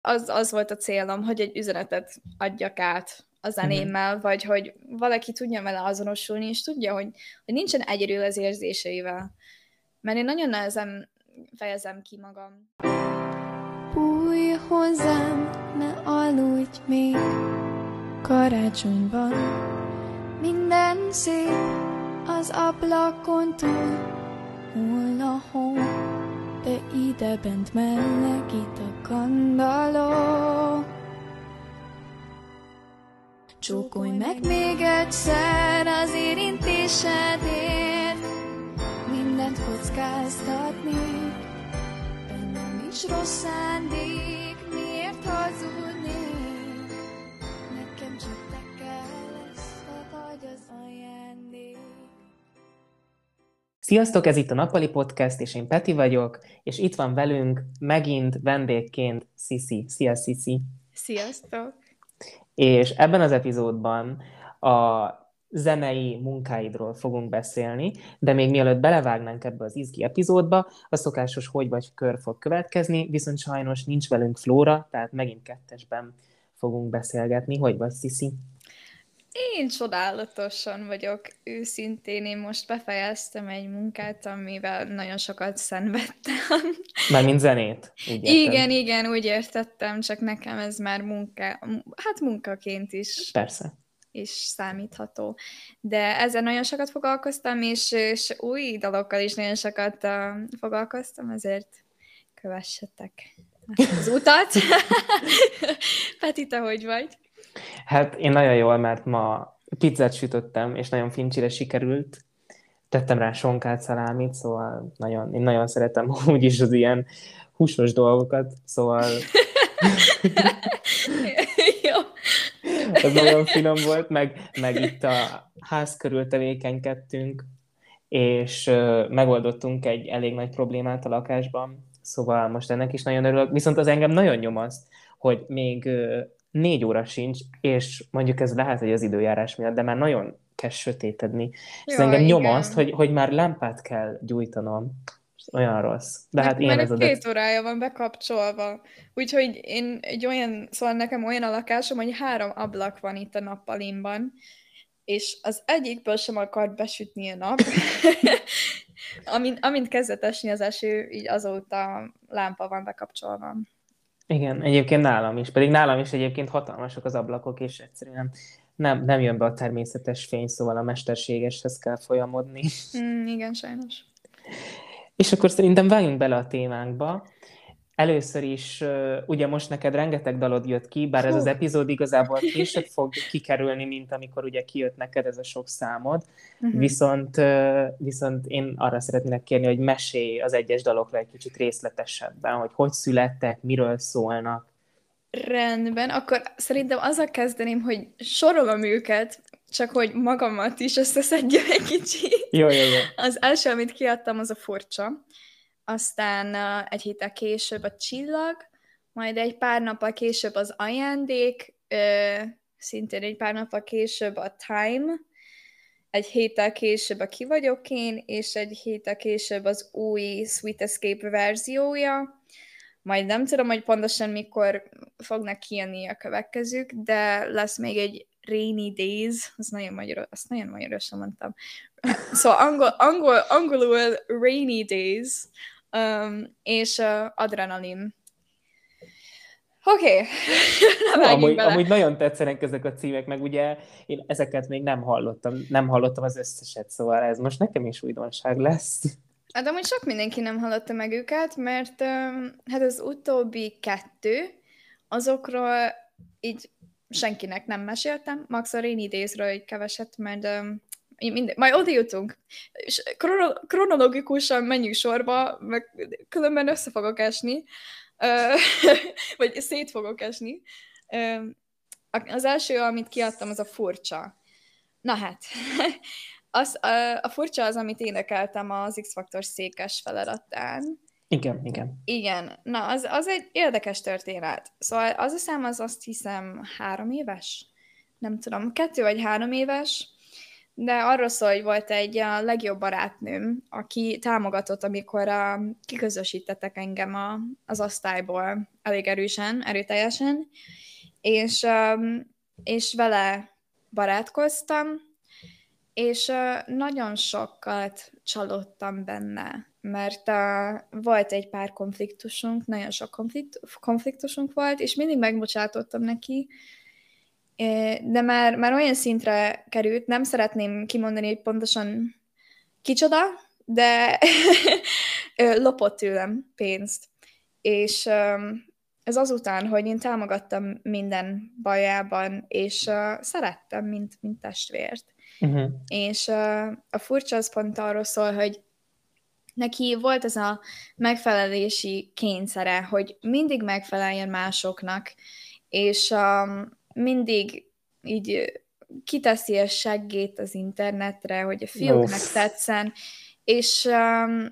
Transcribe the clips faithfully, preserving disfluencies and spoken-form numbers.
az, az volt a célom, hogy egy üzenetet adjak át a zenémmel, uh-huh. vagy hogy valaki tudja vele azonosulni, és tudja, hogy, hogy nincsen egyedül az érzéseivel. Mert én nagyon nehezen fejezem ki magam. Bújj hozzám, ne aludj még karácsonyban. Minden szép az ablakon túl, hull a hó, de ide bent melegít a kandalló. Csókolj meg még egyszer az érintésedért, mindent kockáztatnék, bennem is rossz szándék, miért hazudnék? Nekem csak te kell, ezt vagy az ajándék. Sziasztok, ez itt a Nappali Podcast, és én Peti vagyok, és itt van velünk megint vendégként Sziszi. Szia, Sziszi! Sziasztok! És ebben az epizódban a zenei munkáidról fogunk beszélni, de még mielőtt belevágnánk ebbe az izgi epizódba, a szokásos hogy vagy kör fog következni, viszont sajnos nincs velünk Flóra, tehát megint kettesben fogunk beszélgetni. Hogy vagy, Sziszi? Én csodálatosan vagyok, őszintén. Én most befejeztem egy munkát, amivel nagyon sokat szenvedtem. Mármint zenét, úgy érted? Igen, igen, úgy értettem, csak nekem ez már munka, hát munkaként is. Persze. És számítható. De ezzel nagyon sokat foglalkoztam, és, és új dalokkal is nagyon sokat uh, foglalkoztam, ezért kövessetek az utat. Peti, te hogy vagy? Hát én nagyon jól, mert ma pizzát sütöttem, és nagyon fincsire sikerült. Tettem rá sonkát, szalámit, szóval nagyon, én nagyon szeretem úgyis az ilyen húsos dolgokat, szóval... Jó. Ez nagyon finom volt, meg, meg itt a ház körül tevékenykedtünk, és uh, megoldottunk egy elég nagy problémát a lakásban, szóval most ennek is nagyon örülök. Viszont az engem nagyon nyomaszt, hogy még uh, négy óra sincs, és mondjuk ez lehet, hogy az időjárás miatt, de már nagyon kezd sötétedni. És ez engem nyomaszt, hogy, hogy már lámpát kell gyújtanom. Olyan rossz. De hát ilyen ez a... két órája van bekapcsolva. Úgyhogy én egy olyan, szóval nekem olyan a lakásom, hogy három ablak van itt a nappalimban, és az egyikből sem akar besütni a nap. amint, amint kezdett esni az eső, így azóta lámpa van bekapcsolva. Igen, egyébként nálam is. Pedig nálam is egyébként hatalmasak az ablakok, és egyszerűen nem, nem jön be a természetes fény, szóval a mesterségeshez kell folyamodni. Mm, igen, sajnos. És akkor szerintem vágjunk bele a témánkba. Először is, ugye most neked rengeteg dalod jött ki, bár ez az epizód igazából később fog kikerülni, mint amikor ugye kijött neked ez a sok számod. Uh-huh. Viszont, viszont én arra szeretnék kérni, hogy mesélj az egyes dalokra egy kicsit részletesebben, hogy hogy születtek, miről szólnak. Rendben, akkor szerintem azzal kezdeném, hogy sorolom őket, csak hogy magamat is összeszedjem egy kicsit. Jó, jó, jó. Az első, amit kiadtam, az a Furcsa. Aztán uh, egy héttel később a Csillag, majd egy pár nappal később az Ajándék, uh, szintén egy pár nappal később a Time, egy héttel később a Ki vagyok én, és egy héttel később az új Sweet Escape verziója. Majd nem tudom, hogy pontosan mikor fognak kijönni a következők, de lesz még egy Rainy Days, az nagyon magyar, azt nagyon magyarosan mondtam. Szóval angol, angol, angolul Rainy Days, um, és uh, Adrenalin. Oké, okay. amúgy, amúgy nagyon tetszenek ezek a címek, meg ugye én ezeket még nem hallottam, nem hallottam az összeset, szóval ez most nekem is újdonság lesz. Hát amúgy sok mindenki nem hallotta meg őket, mert um, hát az utóbbi kettő, azokról így senkinek nem meséltem, max a Rainy Days-ről egy keveset, mert um, minden, majd oda jutunk. És krono- kronológikusan menjünk sorba, meg különben össze fogok esni, uh, vagy szét fogok esni. Uh, az első, amit kiadtam, az a Furcsa. Na hát, az, a, a Furcsa az, amit énekeltem az X-Faktor székes feliratán. Igen, igen. Igen, na az, az egy érdekes történet. Szóval az a szám az azt hiszem három éves? Nem tudom, kettő vagy három éves, de arról szól, hogy volt egy a legjobb barátnőm, aki támogatott, amikor a, kiközösítettek engem a, az osztályból elég erősen, erőteljesen, és, um, és vele barátkoztam, és uh, nagyon sokat csalódtam benne, mert uh, volt egy pár konfliktusunk, nagyon sok konflikt, konfliktusunk volt, és mindig megbocsátottam neki, de már, már olyan szintre került, nem szeretném kimondani, hogy pontosan kicsoda, de lopott tőlem pénzt. És ez azután, hogy én támogattam minden bajában, és szerettem, mint, mint testvért. Uh-huh. És a furcsa az pont arról szól, hogy neki volt ez a megfelelési kényszere, hogy mindig megfeleljen másoknak, és um, mindig így kiteszi a seggét az internetre, hogy a fiúknak Uff. tetszen, és, um,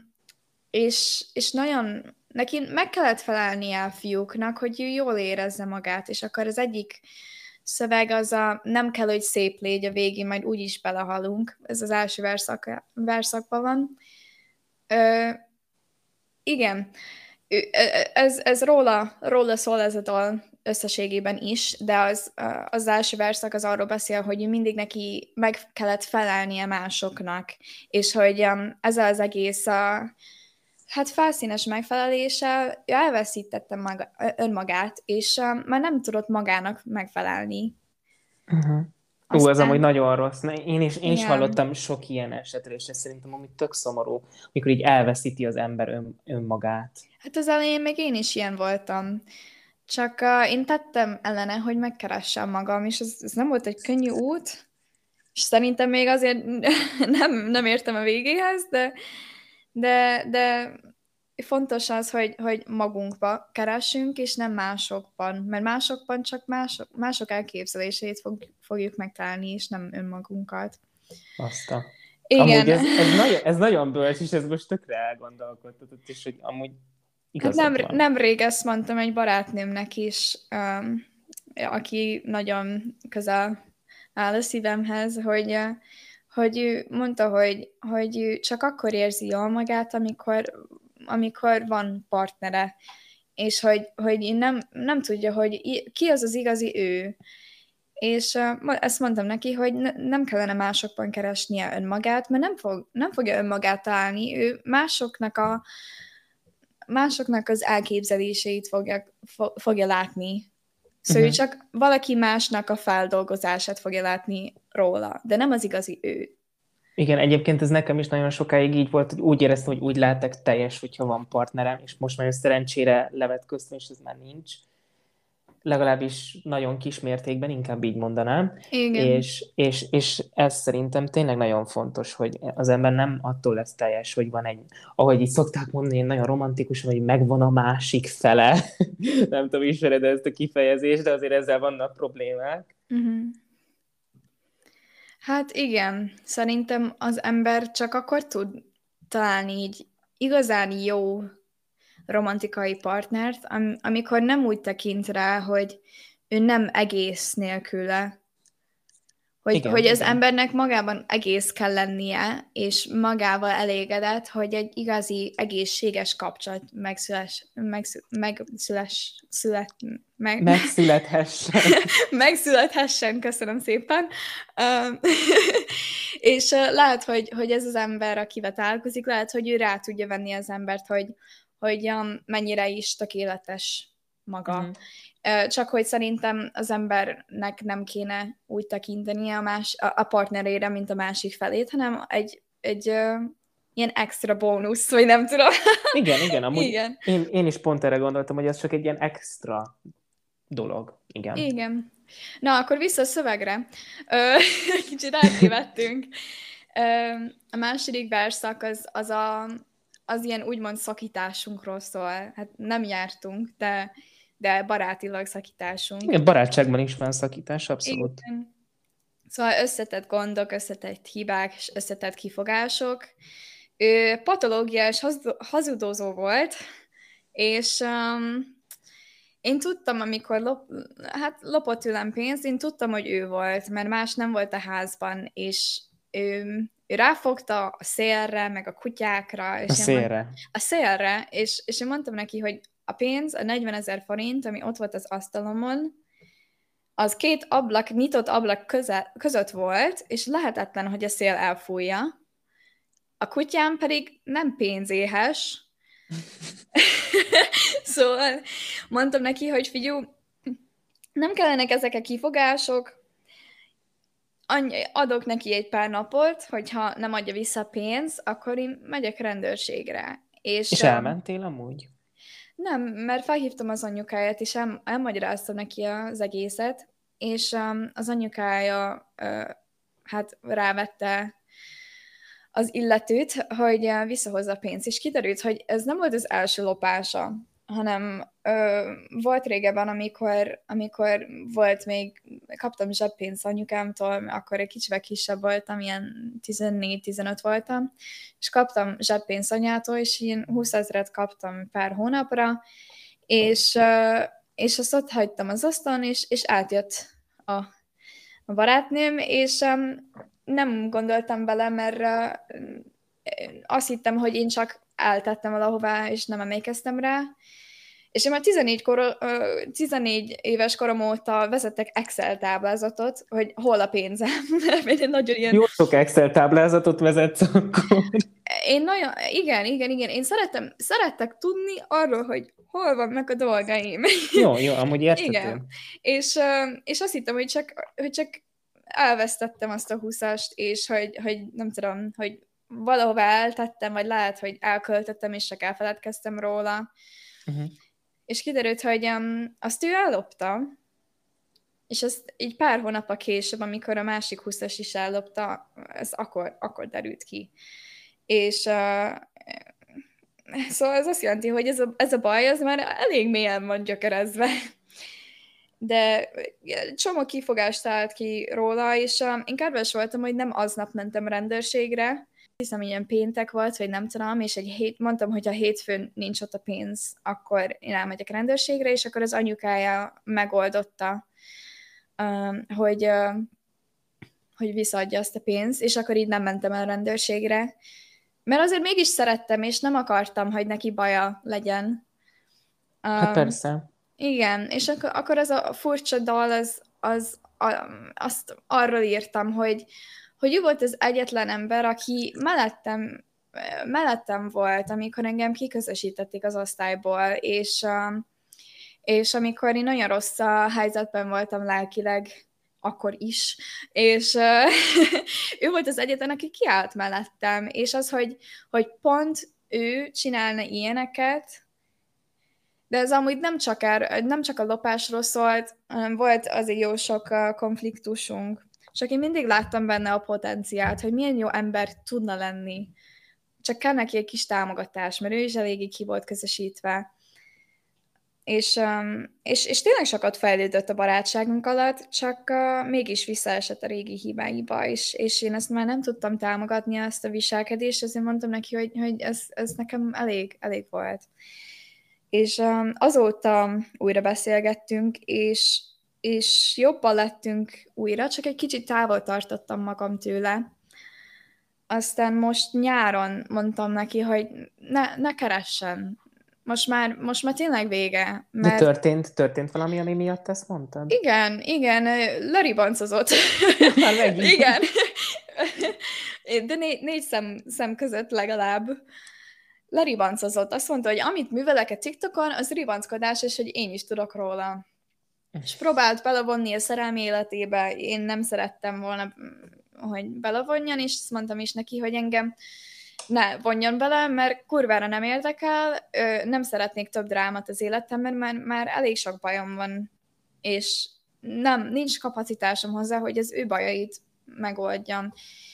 és, és nagyon, neki meg kellett felelnie a fiúknak, hogy ő jól érezze magát, és akkor az egyik szöveg az a nem kell, hogy szép légy a végén, majd úgyis belehalunk, ez az első verszak, verszakban van. Ö, igen, ez, ez róla, róla szól ez a dal összességében is, de az, az első verszak az arról beszél, hogy mindig neki meg kellett felelnie másoknak, és hogy um, ezzel az egész a, hát felszínes megfeleléssel elveszítette maga, önmagát, és um, már nem tudott magának megfelelni. Uh-huh. Aztán... Ú, ez amúgy nagyon rossz. Én is, én is hallottam sok ilyen esetről, és ez szerintem amúgy tök szomorú, mikor így elveszíti az ember ön, önmagát. Hát az elején még én is ilyen voltam. Csak uh, én tettem ellene, hogy megkeressem magam, és ez, ez nem volt egy könnyű út, és szerintem még azért nem, nem értem a végéhez, de, de, de fontos az, hogy, hogy magunkba keressünk, és nem másokban, mert másokban csak mások, mások elképzeléseit fog, fogjuk megtalálni, és nem önmagunkat. Aztán. Igen. Amúgy ez, ez, nagyon, ez nagyon bölcs, és ez most tökre elgondolkodtatott, és hogy amúgy hát nem, nemrég ezt mondtam egy barátnőmnek is, um, aki nagyon közel áll a szívemhez, hogy, hogy ő mondta, hogy, hogy ő csak akkor érzi jól magát, amikor, amikor van partnere, és hogy, hogy nem, nem tudja, hogy ki az az igazi ő. És uh, ezt mondtam neki, hogy ne, nem kellene másokban keresnie önmagát, mert nem, fog, nem fogja önmagát találni, ő másoknak a másoknak az elképzeléseit fogja, fo- fogja látni. Szóval uh-huh. csak valaki másnak a feldolgozását fogja látni róla, de nem az igazi ő. Igen, egyébként ez nekem is nagyon sokáig így volt, hogy úgy éreztem, hogy úgy lehetek teljes, hogyha van partnerem, és most már szerencsére levetköztem, és ez már nincs. Legalábbis nagyon kis mértékben, inkább így mondanám. Igen. És, és, és ez szerintem tényleg nagyon fontos, hogy az ember nem attól lesz teljes, hogy van egy, ahogy így szokták mondani, nagyon romantikusan, hogy megvan a másik fele. Nem tudom, ismered ezt a kifejezést, de azért ezzel vannak problémák. Uh-huh. Hát igen, szerintem az ember csak akkor tud találni így igazán jó romantikai partnert, am- amikor nem úgy tekint rá, hogy ő nem egész nélküle. Hogy, igen, hogy az igen. embernek magában egész kell lennie, és magával elégedett, hogy egy igazi, egészséges kapcsolat megszüles, megszü, megszüles, szület, meg, megszülethessen. megszülethessen, köszönöm szépen. Um, és uh, lehet, hogy, hogy ez az ember, akivel találkozik, lehet, hogy ő rá tudja venni az embert, hogy, hogy um, mennyire is tökéletes maga. Mm. Csak hogy szerintem az embernek nem kéne úgy tekintenie a, más, a partnerére, mint a másik felét, hanem egy, egy uh, ilyen extra bónusz, vagy nem tudom. Igen, igen, amúgy igen. Én, én is pont erre gondoltam, hogy ez csak egy ilyen extra dolog. Igen. Igen. Na, akkor vissza a szövegre. Kicsit átkivettünk. A második verszak az, az, a, az ilyen úgymond szakításunkról szól. Hát nem jártunk, de de barátilag szakításunk. Igen, barátságban is van szakítás, abszolút. Igen. Szóval összetett gondok, összetett hibák, és összetett kifogások. Ő patológiás hazudozó volt, és um, én tudtam, amikor lop, hát lopott tőlem pénzt, én tudtam, hogy ő volt, mert más nem volt a házban, és ő, ő ráfogta a szélre, meg a kutyákra. És A én szélre. Mond, a szélre, és, és én mondtam neki, hogy a pénz, a negyvenezer forint, ami ott volt az asztalomon, az két ablak, nyitott ablak köze, között volt, és lehetetlen, hogy a szél elfújja. A kutyám pedig nem pénzéhes. Szóval mondtam neki, hogy figyú, nem kellenek ezek a kifogások, Annyi, adok neki egy pár napot, hogyha nem adja vissza pénzt, akkor én megyek rendőrségre. És, És elmentél amúgy? Nem, mert felhívtam az anyukáját, és el, elmagyaráztam neki az egészet, és um, az anyukája uh, hát rávette az illetőt, hogy uh, visszahozza a pénzt, és kiderült, hogy ez nem volt az első lopása, hanem ö, volt régebben, amikor, amikor volt még, kaptam zseppénzt anyukámtól, akkor egy kicsivel kisebb voltam, ilyen tizennégy-tizenöt voltam, és kaptam zseppénzt anyától, és én húszezret kaptam pár hónapra, és, ö, és azt ott hagytam az asztalon, és, és átjött a, a barátnőm, és ö, nem gondoltam bele, mert ö, azt hittem, hogy én csak eltettem valahová, és nem emlékeztem rá. És én már tizennégy, kor, tizennégy éves korom óta vezettek Excel táblázatot, hogy hol a pénzem. Én nagyon ilyen... Jó sok Excel táblázatot vezetsz akkor. Én nagyon, igen, igen, igen. Én szeretem, szerettek tudni arról, hogy hol vannak a dolgaim. Jó, jó, amúgy értető. Igen. És, és azt hittem, hogy csak, hogy csak elvesztettem azt a húszást, és hogy, hogy nem tudom, hogy valahova eltettem, vagy lehet, hogy elköltöttem, és csak elfeledkeztem róla. Uh-huh. És kiderült, hogy um, azt ő ellopta, és ezt így pár hónappal később, amikor a másik húszas is ellopta, ez akkor, akkor derült ki. És uh, szóval ez azt jelenti, hogy ez a, ez a baj, az már elég mélyen van gyökerezve. De csomó kifogást állt ki róla, és uh, én kedves voltam, hogy nem aznap mentem rendőrségre, hiszem, ilyen péntek volt, vagy nem tudom, és egy hét, mondtam, hogy ha hétfőn nincs ott a pénz, akkor én elmegyek rendőrségre, és akkor az anyukája megoldotta, um, hogy, uh, hogy visszaadja azt a pénzt, és akkor így nem mentem el rendőrségre. Mert azért mégis szerettem, és nem akartam, hogy neki baja legyen. Um, hát persze. Igen, és akkor, akkor az a furcsa dal, az, az, a, azt arról írtam, hogy hogy ő volt az egyetlen ember, aki mellettem, mellettem volt, amikor engem kiközösítették az osztályból, és, és amikor én nagyon rossz helyzetben voltam lelkileg, akkor is, és ő volt az egyetlen, aki kiállt mellettem, és az, hogy, hogy pont ő csinálna ilyeneket, de ez amúgy nem csak, er, nem csak a lopásról szólt, hanem volt azért jó sok konfliktusunk. Csak én mindig láttam benne a potenciált, hogy milyen jó ember tudna lenni. Csak kell neki egy kis támogatás, mert ő is eléggé ki volt közösítve. És, és, és tényleg sokat fejlődött a barátságunk alatt, csak uh, mégis visszaesett a régi hibáiba, és, és én ezt már nem tudtam támogatni, ezt a viselkedést, ezért mondtam neki, hogy, hogy ez, ez nekem elég, elég volt. És um, azóta újra beszélgettünk, és és jobban lettünk újra, csak egy kicsit távol tartottam magam tőle. Aztán most nyáron mondtam neki, hogy ne, ne keressen. Most már, most már tényleg vége. Mert... De történt, történt valami, ami miatt ezt mondtad? Igen, igen, leribancozott. Már megint. Igen. De né- négy szem, szem között legalább leribancozott. Azt mondta, hogy amit művelek a TikTokon, az ribanckodás, és hogy én is tudok róla. És próbált belevonni a szerelmi életébe, én nem szerettem volna, hogy belevonjan, és azt mondtam is neki, hogy engem ne vonjon bele, mert kurvára nem érdekel, nem szeretnék több drámát az életemben, mert már elég sok bajom van, és nem, nincs kapacitásom hozzá, hogy az ő bajait megoldjam.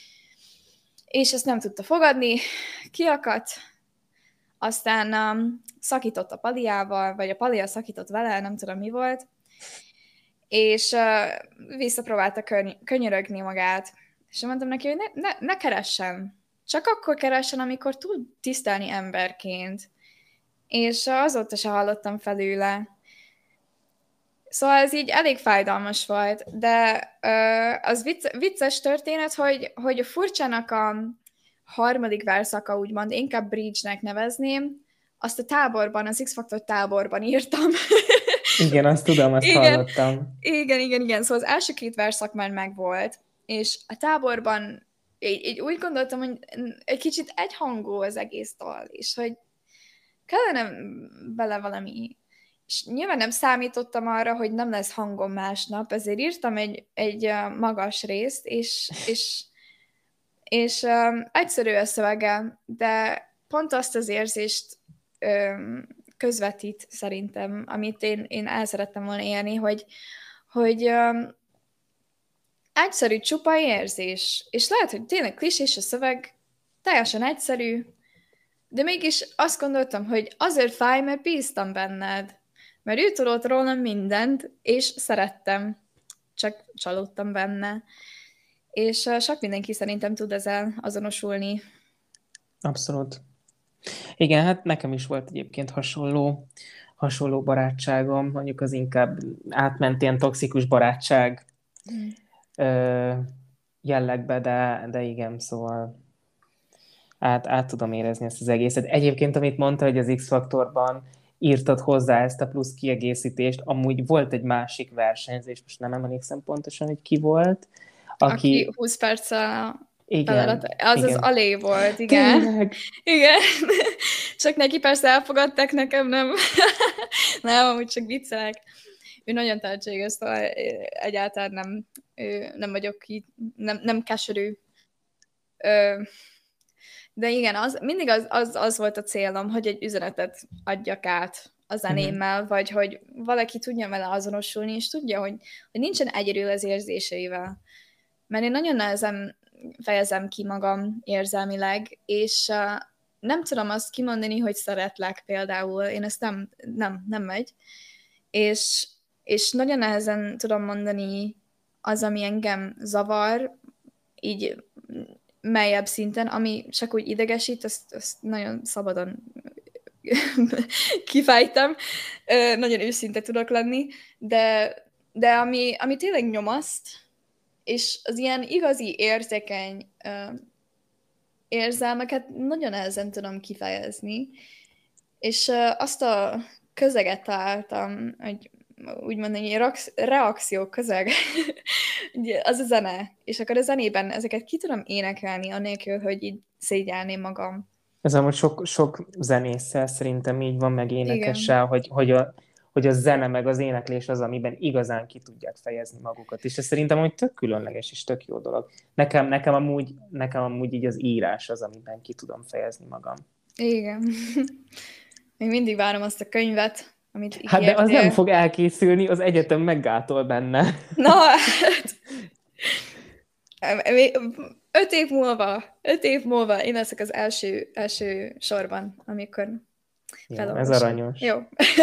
És ezt nem tudta fogadni, kiakadt, aztán um, szakított a Paliával, vagy a Palia szakított vele, nem tudom mi volt, és uh, visszapróbálta könny- könyörögni magát. És mondtam neki, hogy ne, ne, ne keressen. Csak akkor keressen, amikor tud tisztelni emberként. És uh, azóta se hallottam felőle. Szóval ez így elég fájdalmas volt, de uh, az vicc, vicces történet, hogy, hogy a furcsának a harmadik verszaka, úgymond, inkább bridge-nek nevezném, azt a táborban, az X-Factor táborban írtam. Igen, azt tudom, azt igen, hallottam. Igen, igen, igen. Szóval az első két verszak már megvolt, és a táborban így, így úgy gondoltam, hogy egy kicsit egyhangú az egész dal, és hogy kellene bele valami. És nyilván nem számítottam arra, hogy nem lesz hangom másnap, ezért írtam egy, egy magas részt, és, és, és um, egyszerű a szövege, de pont azt az érzést um, közvetít szerintem, amit én, én el szerettem volna élni, hogy, hogy um, egyszerű, csupa érzés. És lehet, hogy tényleg klisés a szöveg, teljesen egyszerű, de mégis azt gondoltam, hogy azért fáj, mert bíztam benned. Mert ő tudott rólam mindent, és szerettem. Csak csalódtam benne. És uh, sok mindenki szerintem tud ezzel azonosulni. Abszolút. Igen, hát nekem is volt egyébként hasonló, hasonló barátságom, mondjuk az inkább átment ilyen toxikus barátság mm. ö, jellegbe, de, de igen, szóval át, át tudom érezni ezt az egészet. Egyébként, amit mondta, hogy az X-Faktorban írtad hozzá ezt a plusz kiegészítést, amúgy volt egy másik versenyzés, most nem emlékszem pontosan, hogy ki volt. Aki, aki húsz perc a igen, feladat. Az igen. az Alé volt, igen. Tényleg? Igen. Csak neki persze elfogadták, nekem nem. Nem, amúgy csak viccelek. Ő nagyon tehetséges, szóval egyáltalán nem, nem vagyok ki, nem, nem keserű. De igen, az, mindig az, az, az volt a célom, hogy egy üzenetet adjak át a zenémmel, uh-huh. vagy hogy valaki tudja vele azonosulni, és tudja, hogy, hogy nincsen egyedül az érzéseivel. Mert én nagyon nehezen fejezem ki magam érzelmileg, és uh, nem tudom azt kimondani, hogy szeretlek például. Én ezt nem, nem, nem megy. És, és nagyon nehezen tudom mondani az, ami engem zavar, így mélyebb szinten, ami csak úgy idegesít, azt, azt nagyon szabadon kifejtem, nagyon őszinte tudok lenni, de, de ami, ami tényleg nyomaszt, és az ilyen igazi érzékeny érzelmeket nagyon nehezen tudom kifejezni, és azt a közeget találtam, hogy úgymond egy reakció közeg, az a zene. És akkor a zenében ezeket ki tudom énekelni, anélkül, hogy így szégyelném magam. Ez amúgy sok, sok zenésszel szerintem így van, meg énekessel, hogy, hogy, a, hogy a zene meg az éneklés az, amiben igazán ki tudják fejezni magukat. És ez szerintem hogy tök különleges és tök jó dolog. Nekem, nekem, amúgy, nekem amúgy így az írás az, amiben ki tudom fejezni magam. Igen. Még mindig várom azt a könyvet, amit hát de az nem fog elkészülni, az egyetem meggátol benne. Na, hát... Öt év múlva, öt év múlva én leszek az első, első sorban, amikor felolvasom. Ez aranyos. Jó.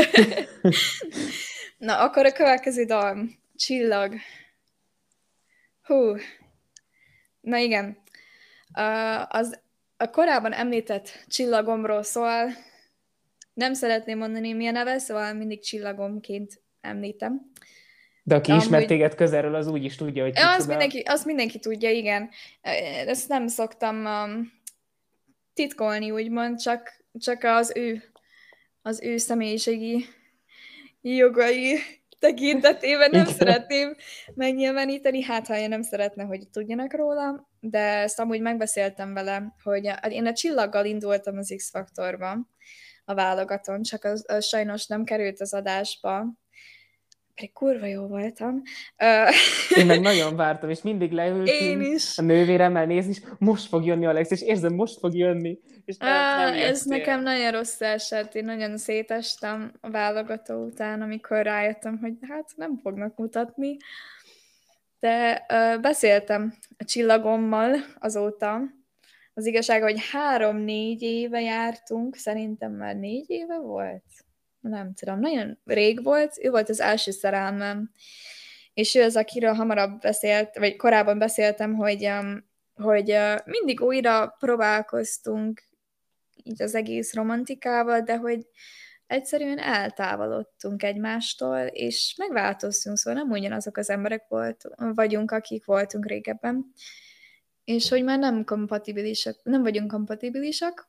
Na, akkor a következő dal. Csillag. Hú. Na igen. Uh, az a korábban említett csillagomról szól. Nem szeretném mondani, mi a neve, szóval mindig csillagomként említem. De aki Amúgy... ismer téged közelről, az úgy is tudja, hogy azt mindenki, azt mindenki tudja, igen. Ezt nem szoktam um, titkolni, úgymond, csak, csak az ő, az ő személyiségi jogai tekintetében nem igen. szeretném megnyilvánítani, hát ha én nem szeretne, hogy tudjanak róla, de ezt amúgy megbeszéltem vele, hogy én a csillaggal indultam az X-Faktorba, a válogatón, csak az, az sajnos nem került az adásba, pedig kurva jó voltam. Én meg nagyon vártam, és mindig leültünk a nővéremmel nézni, és most fog jönni Alex, és érzem, most fog jönni. És nem, nem ez nekem nagyon rossz esett, én nagyon szétestem a válogató után, amikor rájöttem, hogy hát nem fognak mutatni. De uh, beszéltem a csillagommal azóta. Az igazság, hogy három-négy éve jártunk, szerintem már négy éve volt. Nem tudom, nagyon rég volt, ő volt az első szerelmem, és ő az, akiről hamarabb beszélt, vagy korábban beszéltem, hogy, um, hogy uh, mindig újra próbálkoztunk így az egész romantikával, de hogy egyszerűen eltávolodtunk egymástól, és megváltoztunk, szóval nem ugyanazok az emberek volt, vagyunk, akik voltunk régebben, és hogy már nem kompatibilisak, nem vagyunk kompatibilisak,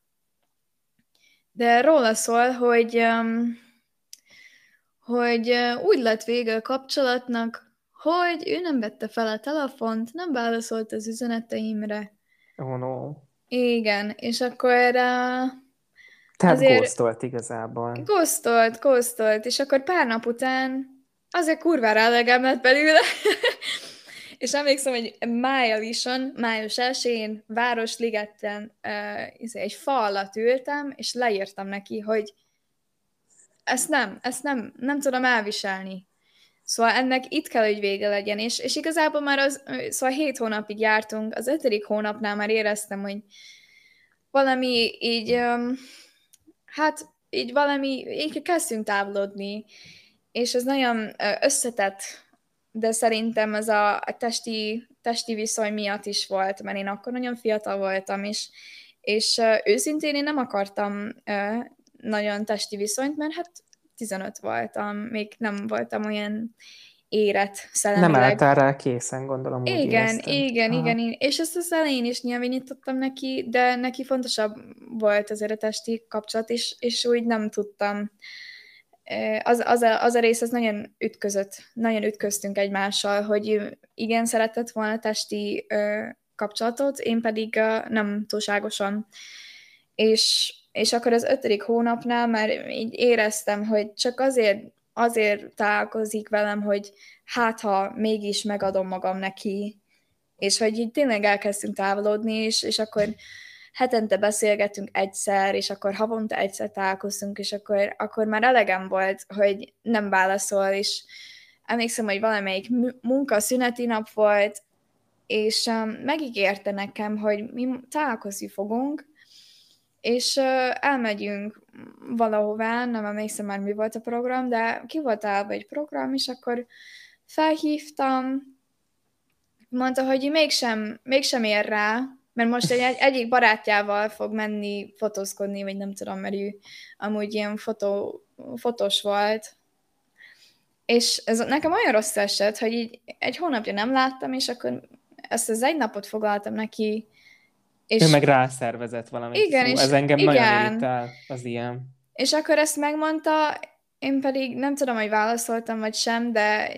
de róla szól, hogy, um, hogy uh, úgy lett vége a kapcsolatnak, hogy ő nem vette fel a telefont, nem válaszolt az üzeneteimre. Oh no. Igen, és akkor uh, Tehát azért ghostolt igazából. ghostolt, ghostolt, és akkor pár nap után azért kurvára elegem lett belőle. És emlékszem, hogy májusban, május elsején Városligeten uh, egy fa alatt ültem, és leírtam neki, hogy ezt nem, ezt nem, nem tudom elviselni. Szóval ennek itt kell, hogy vége legyen, és, és igazából már az, szóval hét hónapig jártunk, az ötödik hónapnál már éreztem, hogy valami így, um, hát így valami, így kezdtünk távolodni, és ez nagyon összetett, de szerintem ez a, a testi, testi viszony miatt is volt, mert én akkor nagyon fiatal voltam, és, és uh, őszintén én nem akartam uh, nagyon testi viszonyt, mert hát tizenöt voltam, még nem voltam olyan érett szellemileg. Nem álltál rá készen, gondolom, úgy Igen, érezted. igen, Aha. igen, igen. És ezt az elején is nyilvánítottam neki, de neki fontosabb volt azért a testi kapcsolat, és, és úgy nem tudtam. Az, az, a, az a rész az nagyon ütközött, nagyon ütköztünk egymással, hogy igen, szeretett volna testi ö, kapcsolatot, én pedig ö, nem túlságosan. És, és akkor az ötödik hónapnál már így éreztem, hogy csak azért, azért találkozik velem, hogy hát ha mégis megadom magam neki, és hogy így tényleg elkezdtünk távolodni, és, és akkor hetente beszélgettünk egyszer, és akkor havonta egyszer találkoztunk, és akkor, akkor már elegem volt, hogy nem válaszol, és emlékszem, hogy valamelyik munkaszüneti nap volt, és um, megígérte nekem, hogy mi találkozni fogunk, és uh, elmegyünk valahová, nem emlékszem már, mi volt a program, de ki volt állva egy program, és akkor felhívtam, mondta, hogy mégsem, mégsem ér rá, mert most egy, egyik barátjával fog menni fotózkodni, vagy nem tudom, mert ő amúgy ilyen fotó, fotós volt. És ez nekem olyan rossz esett, hogy így egy hónapja nem láttam, és akkor ezt az egy napot foglaltam neki. És ő meg rászervezett valamit. Igen, Fú, és ez engem igen. nagyon irritál, az ilyen. És akkor ezt megmondta, én pedig nem tudom, hogy válaszoltam, vagy sem, de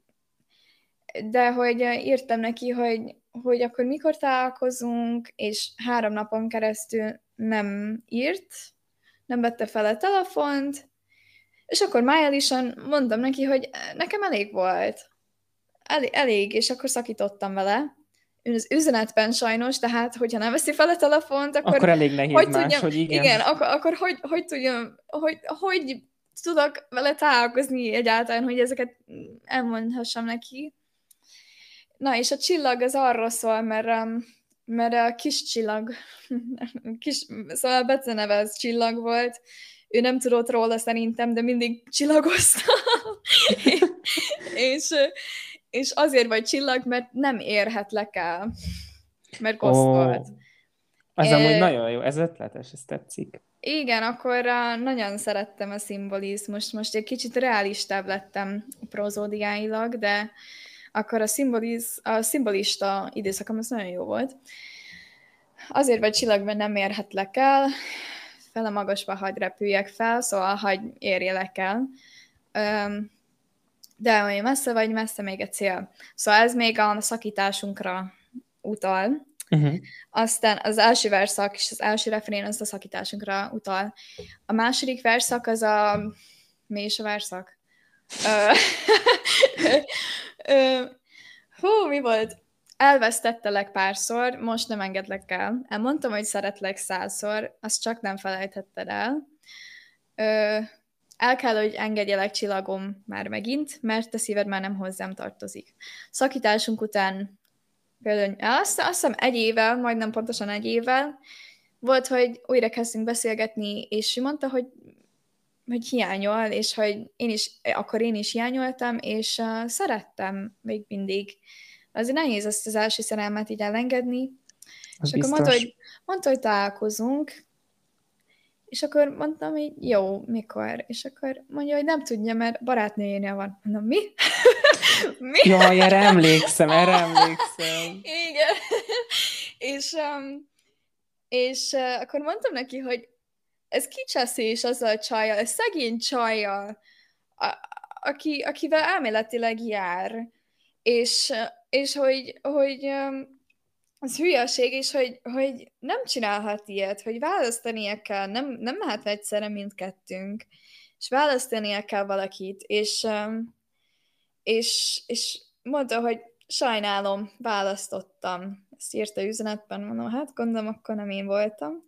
de hogy írtam neki, hogy, hogy akkor mikor találkozunk, és három napon keresztül nem írt, nem vette fel a telefont, és akkor májusan mondtam neki, hogy nekem elég volt. Elég, elég, és akkor szakítottam vele. Az üzenetben sajnos, tehát hogyha nem veszi fel a telefont, akkor... Akkor elég nehéz hogy más, tudjam, hogy igen. Igen, akkor, akkor hogy, hogy tudjam, hogy, hogy tudok vele találkozni egyáltalán, hogy ezeket elmondhassam neki. Na, és a csillag az arról szól, mert, um, mert a kis csillag, kis, szóval a beceneve az csillag volt, ő nem tudott róla szerintem, de mindig csillagozta. és, és azért vagy csillag, mert nem érhetlek el, mert kosztolt. Ó, az É, amúgy nagyon jó, ez ötletes, ez tetszik. Igen, akkor uh, nagyon szerettem a szimbolizmust, most egy kicsit realistább lettem prozódiáilag, de akkor a, szimboliz, a szimbolista időszakom az nagyon jó volt. Azért vagy csillag, mert nem érhetlek el, fele magasba hagy repüljek fel, szóval hagy érjelek el. Um, de olyan messze vagy, messze még egy cél. Szóval ez még a szakításunkra utal. Uh-huh. Aztán az első verszak és az első refrén az a szakításunkra utal. A második verszak az a... Mi is a verszak? Hú, mi volt? Elvesztettelek párszor, most nem engedlek el. Elmondtam, hogy szeretlek százszor, azt csak nem felejthetted el. Ö, el kell, hogy engedjelek csillagom már megint, mert a szíved már nem hozzám tartozik. Szakításunk után például azt, azt hiszem egy évvel, majdnem pontosan egy évvel volt, hogy újra kezdtünk beszélgetni, és ő mondta, hogy, hogy hiányol, és hogy én is, akkor én is hiányoltam, és uh, szerettem még mindig. Azért nehéz ezt az első szerelmet így elengedni. Az és akkor mondta hogy, mondta, hogy találkozunk, És akkor mondtam, hogy jó, mikor? És akkor mondja, hogy nem tudja, mert barátnőjénél van. Mondom, mi? Mi? Jaj, erre emlékszem, erre emlékszem. Igen. és, um, és uh, akkor mondtam neki, hogy ez kicseszés azzal a csajjal, ez szegény csajjal, a, aki, akivel elméletileg jár. És, és hogy, hogy um, az hülyeség, és hogy, hogy nem csinálhat ilyet, hogy választania kell, nem, nem mehet egyszerre mindkettőnk, és választania kell valakit, és, um, és, és mondta, hogy sajnálom, választottam. Ezt írta üzenetben, mondom, hát gondolom, akkor nem én voltam.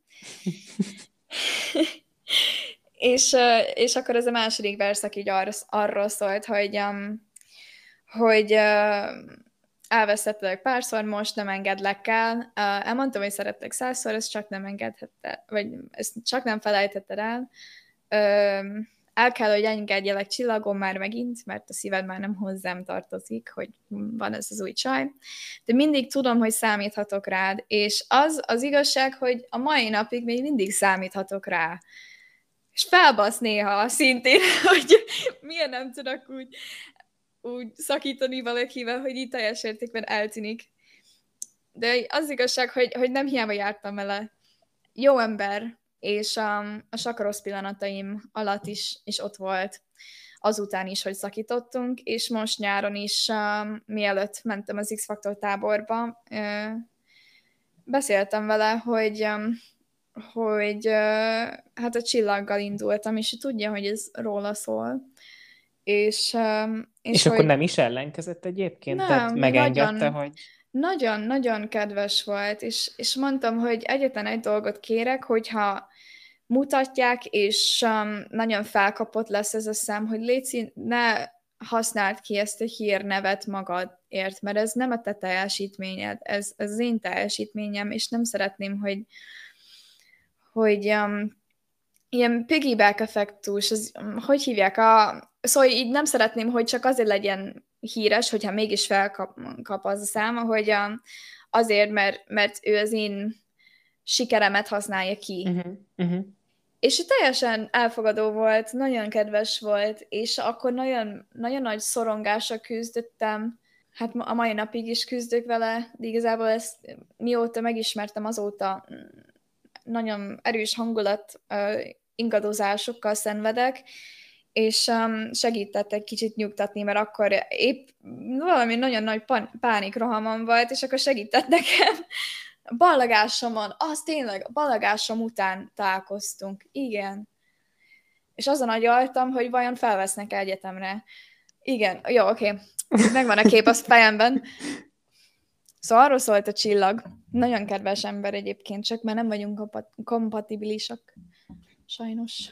és, és akkor ez a második verszak így arra, arról szólt, hogy, um, hogy uh, elvesztettelek párszor, most nem engedlek el. Uh, elmondtam, hogy szerettek százszor, ezt csak nem engedhette, vagy ezt csak nem felejtetted el. Uh, el kell, hogy engedjelek csillagom már megint, mert a szíved már nem hozzám tartozik, hogy van ez az új csaj. De mindig tudom, hogy számíthatok rád, és az az igazság, hogy a mai napig még mindig számíthatok rá. És felbasz néha szintén, hogy miért nem tudok úgy, úgy szakítani valakivel, hogy így teljes értékben eltűnik. De az igazság, hogy, hogy nem hiába jártam vele. Jó ember, és um, a sakarosz pillanataim alatt is, is ott volt, azután is, hogy szakítottunk, és most nyáron is, um, mielőtt mentem az X-Faktor táborba, uh, beszéltem vele, hogy, um, hogy uh, hát a csillaggal indultam, és tudja, hogy ez róla szól. És, um, és, és hogy... akkor nem is ellenkezett egyébként? Nem, Tehát megengedte, nagyon... hogy... Nagyon-nagyon kedves volt, és, és mondtam, hogy egyetlen egy dolgot kérek, hogyha mutatják, és um, nagyon felkapott lesz ez a szám, hogy légy, ne használd ki ezt a hírnevet magadért, mert ez nem a te teljesítményed, ez, ez az én teljesítményem, és nem szeretném, hogy, hogy um, ilyen piggyback effektus, az, hogy hívják, a, szóval így nem szeretném, hogy csak azért legyen híres, hogyha mégis felkap kap az a száma, hogy um, azért, mert, mert ő az én sikeremet használja ki. Uh-huh, uh-huh. És teljesen elfogadó volt, nagyon kedves volt, és akkor nagyon, nagyon nagy szorongással küzdöttem, hát a mai napig is küzdök vele, de igazából ezt mióta megismertem, azóta nagyon erős hangulat uh, ingadozásokkal szenvedek, és um, segített egy kicsit nyugtatni, mert akkor épp valami nagyon nagy pan- pánikrohamom volt, és akkor segített nekem. Ballagásomon, az tényleg, a ballagásom után találkoztunk. Igen. És azon agyaltam, hogy vajon felvesznek egyetemre. Igen, jó, oké. Okay. Megvan a kép a fejemben. Szóval arról szólt a csillag. Nagyon kedves ember egyébként, csak már nem vagyunk kompat- kompatibilisak. Sajnos.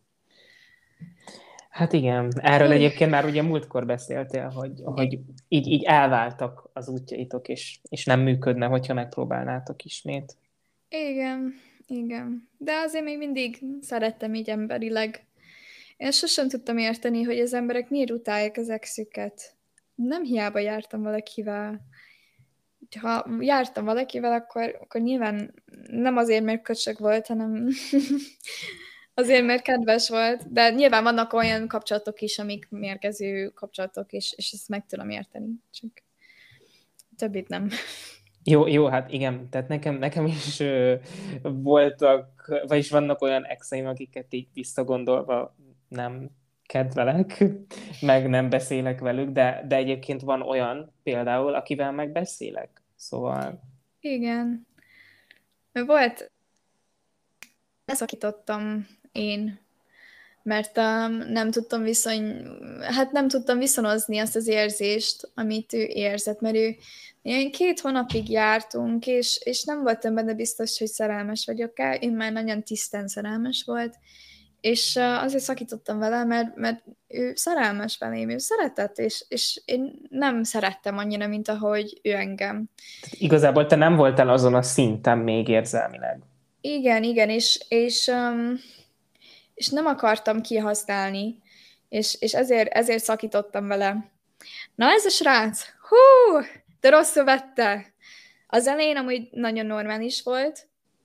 Hát igen, erről egyébként már ugye múltkor beszéltél, hogy, hogy így, így elváltak az útjaitok, és, és nem működne, hogyha megpróbálnátok ismét. Igen, igen. De azért még mindig szerettem így emberileg. Én sosem tudtam érteni, hogy az emberek miért utálják az exüket. Nem hiába jártam valakivel. Ha jártam valakivel, akkor, akkor nyilván nem azért, mert köcsög volt, hanem azért, mert kedves volt. De nyilván vannak olyan kapcsolatok is, amik mérgező kapcsolatok, és, és ezt meg tudom érteni. Csak többit nem. Jó, jó, hát igen, tehát nekem, nekem is ö, voltak, vagyis vannak olyan exeim, akiket így visszagondolva nem kedvelek, meg nem beszélek velük, de, de egyébként van olyan például, akivel meg beszélek, szóval... Igen. Volt... Leszakítottam én, mert um, nem tudtam viszony... Hát nem tudtam viszonozni azt az érzést, amit ő érzett, mert ő ilyen két hónapig jártunk, és, és nem voltam benne biztos, hogy szerelmes vagyok el, én már nagyon tisztán szerelmes volt, és uh, azért szakítottam vele, mert, mert ő szerelmes velém, ő szeretett, és, és én nem szerettem annyira, mint ahogy ő engem. Tehát igazából te nem voltál azon a szinten még érzelmileg. Igen, igen, és, és, um, és nem akartam kihasználni, és, és ezért, ezért szakítottam vele. Na ez a srác, hú, de rosszul vette. Az elején amúgy nagyon normális volt,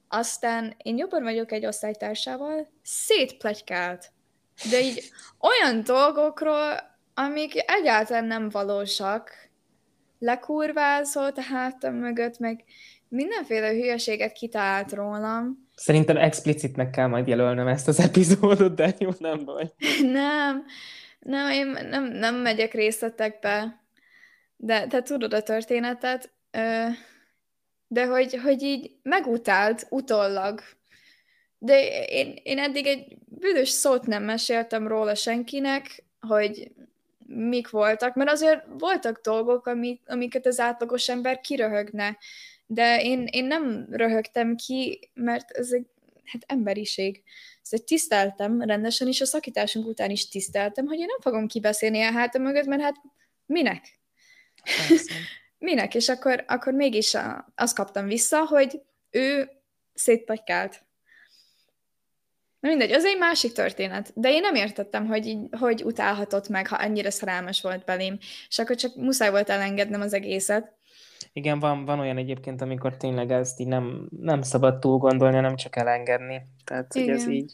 aztán én jobban vagyok egy osztálytársával, szétpletykált. De így olyan dolgokról, amik egyáltalán nem valósak, lekurvázott a hátam mögött, meg mindenféle hülyeséget kitalált rólam. Szerintem explicitnek kell majd jelölnöm ezt az epizódot, de jó, nem baj. Nem, nem, én nem, nem megyek részletekbe, de te tudod a történetet, de hogy, hogy így megutált utólag. De én, én eddig egy büdös szót nem meséltem róla senkinek, hogy mik voltak, mert azért voltak dolgok, amik, amiket az átlagos ember kiröhögne, de én, én nem röhögtem ki, mert ez egy hát emberiség. Ezt tiszteltem rendesen, és a szakításunk után is tiszteltem, hogy én nem fogom kibeszélni a hátam mögött, mert hát minek? Minek? És akkor, akkor mégis a, azt kaptam vissza, hogy ő szétpatykált. Na mindegy, az egy másik történet. De én nem értettem, hogy, így, hogy utálhatott meg, ha annyira szerelmes volt belém. És akkor csak muszáj volt elengednem az egészet. Igen, van, van olyan egyébként, amikor tényleg ezt így nem, nem szabad túl gondolni, hanem csak elengedni. Tehát, hogy ez így.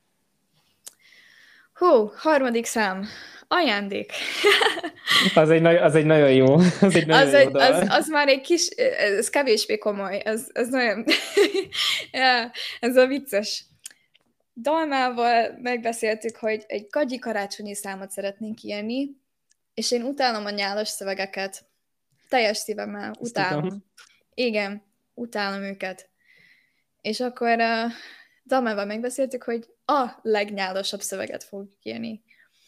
Hú, harmadik szám. Ajándék. az, egy nagy, az egy nagyon jó. Az, egy nagyon az, jó egy, dal. az, az már egy kis, ez kevésbé komoly. Ez, ez nagyon... ja, ez a vicces. Dalmával megbeszéltük, hogy egy gagyi karácsonyi számot szeretnénk írni, és én utálom a nyálas szövegeket. Teljes szívemmel utálom. Tudom. Igen, utálom őket. És akkor uh, Dalmával megbeszéltük, hogy a legnyálasabb szöveget fogjuk írni.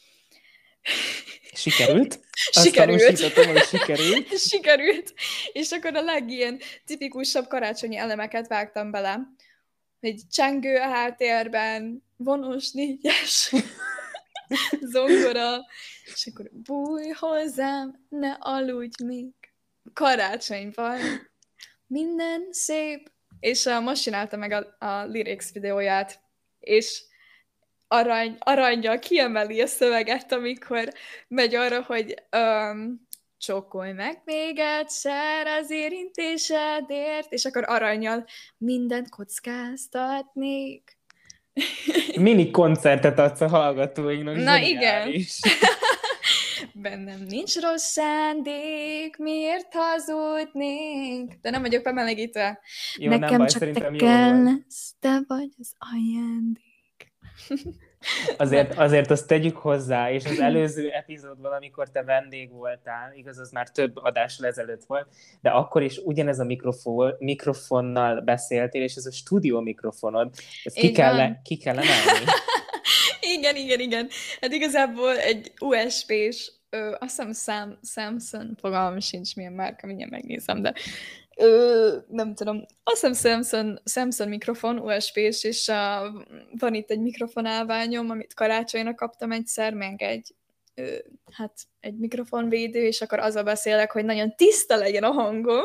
Sikerült? Sikerült. Hogy sikerült. Sikerült. És akkor a legilyen tipikusabb karácsonyi elemeket vágtam bele. Egy csengő a háttérben, vonós négyes, zongora, és akkor bújj hozzám, ne aludj még, karácsony van, minden szép. És uh, most csinálta meg a, a lyrics videóját, és arany, arannyal kiemeli a szöveget, amikor megy arra, hogy um, csókolj meg még egyszer az érintésedért, és akkor arannyal mindent kockáztatnék. Mini koncertet adsz a hallgatóinknak. Na igen. Bennem nincs rossz szándék, miért hazudnék? De nem vagyok bemelegítve. Jó, nekem nem baj, csak te jó kell volt. lesz, te vagy az ajándék. Azért, azért azt tegyük hozzá, és az előző epizódban, amikor te vendég voltál, igaz, az már több adással ezelőtt volt, de akkor is ugyanez a mikrofon, mikrofonnal beszéltél, és ez a stúdió mikrofonod, ezt ki, kell, ki kellene állni. Igen, igen, igen. Hát igazából egy u es bé-s, ö, azt hiszem Sam, Samsung, fogalmam sincs milyen márka, mindjárt megnézem, de ö, nem tudom, azt hiszem Samsung, Samsung mikrofon, u es bé-s, és uh, van itt egy mikrofonálványom, amit karácsonyra kaptam egyszer, meg egy, ö, hát egy mikrofonvédő, és akkor azzal beszélek, hogy nagyon tiszta legyen a hangom.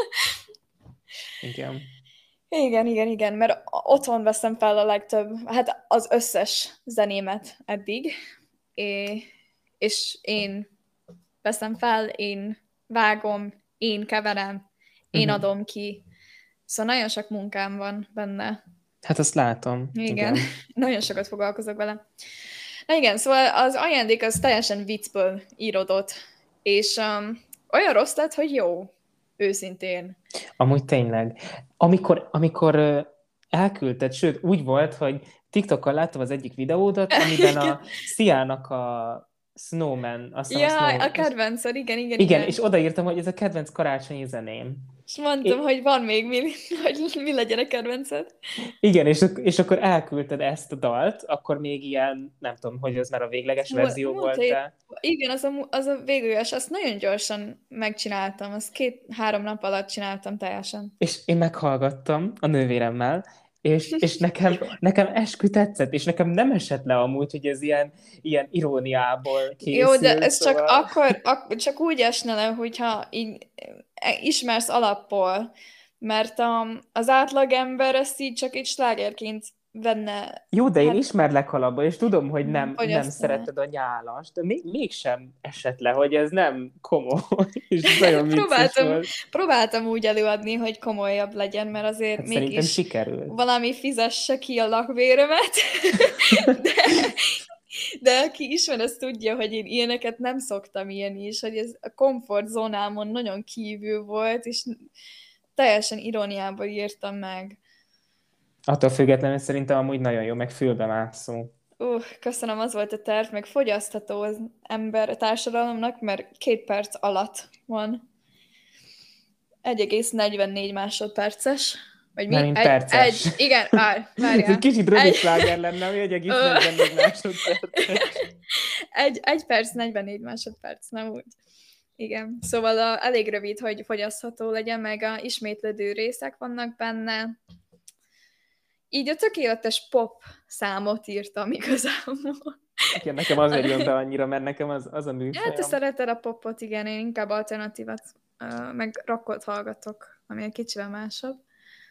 Igen. Igen, igen, igen, mert otthon veszem fel a legtöbb, hát az összes zenémet eddig, é, és én veszem fel, én vágom, én keverem, én uh-huh. adom ki. Szóval nagyon sok munkám van benne. Hát azt látom. Igen, igen. Nagyon sokat foglalkozok vele. Na igen, szóval az ajándék az teljesen viccből írodott, és um, olyan rossz lett, hogy jó. Őszintén. Amúgy tényleg. Amikor, amikor elküldted, sőt, úgy volt, hogy TikTokon láttam az egyik videódat, amiben a Sziának a Snowman, azt ja, a, Snow... a kedvenced, igen, igen, igen. igen. És odaírtam, hogy ez a kedvenc karácsonyi zeném. És mondtam, é... hogy van még mi, hogy mi legyen a kedvenced. Igen, és, és akkor elküldted ezt a dalt, akkor még ilyen, nem tudom, hogy ez már a végleges Múlt, verzió múlt volt. Hét, De... igen, az a, az a végleges, azt nagyon gyorsan megcsináltam, azt két-három nap alatt csináltam teljesen. És én meghallgattam a nővéremmel, és, és nekem, nekem eskü tetszett, és nekem nem esett le amúgy, hogy ez ilyen, ilyen iróniából készült. Jó, de ez szóval... csak akkor, ak- csak úgy esne le, hogyha így ismersz alapból, mert um, az átlagember ezt így csak egy slágerként benne... Jó, de én hát, ismerlek alapban, és tudom, hogy nem, nem fogyasztaná. szereted a nyálast, de még, mégsem esett le, hogy ez nem komoly, és nagyon vicces próbáltam, volt. próbáltam úgy előadni, hogy komolyabb legyen, mert azért Hát szerintem mégis sikerült. valami fizesse ki a lakvéremet, de, de aki ismer, az tudja, hogy én ilyeneket nem szoktam ilyen is, hogy ez a komfortzónámon nagyon kívül volt, és teljesen iróniából írtam meg. Attól függetlenül szerintem amúgy nagyon jó, meg fülbemászó. Uh, köszönöm, az volt a terv, meg fogyasztható az ember a társadalomnak, mert két perc alatt van. egy egész negyvennégy másodperces. Vagy mi? Nem, mint egy, perces. egy, igen, vár, várjál. Ez egy kicsit rövid Egy- sláger lenne, ami egy egész negyvennégy másodperc. egy, egy perc, negyvennégy másodperc, nem úgy. Igen, szóval a, elég rövid, hogy fogyasztható legyen, meg a ismétlődő részek vannak benne. Így a tökéletes pop számot írtam igazából. Igen, nekem azért jön be annyira, mert nekem az, az a Ja, műfajom. te szereted a popot, igen, én inkább alternatívat, uh, meg rockot hallgatok, ami egy kicsivel másabb.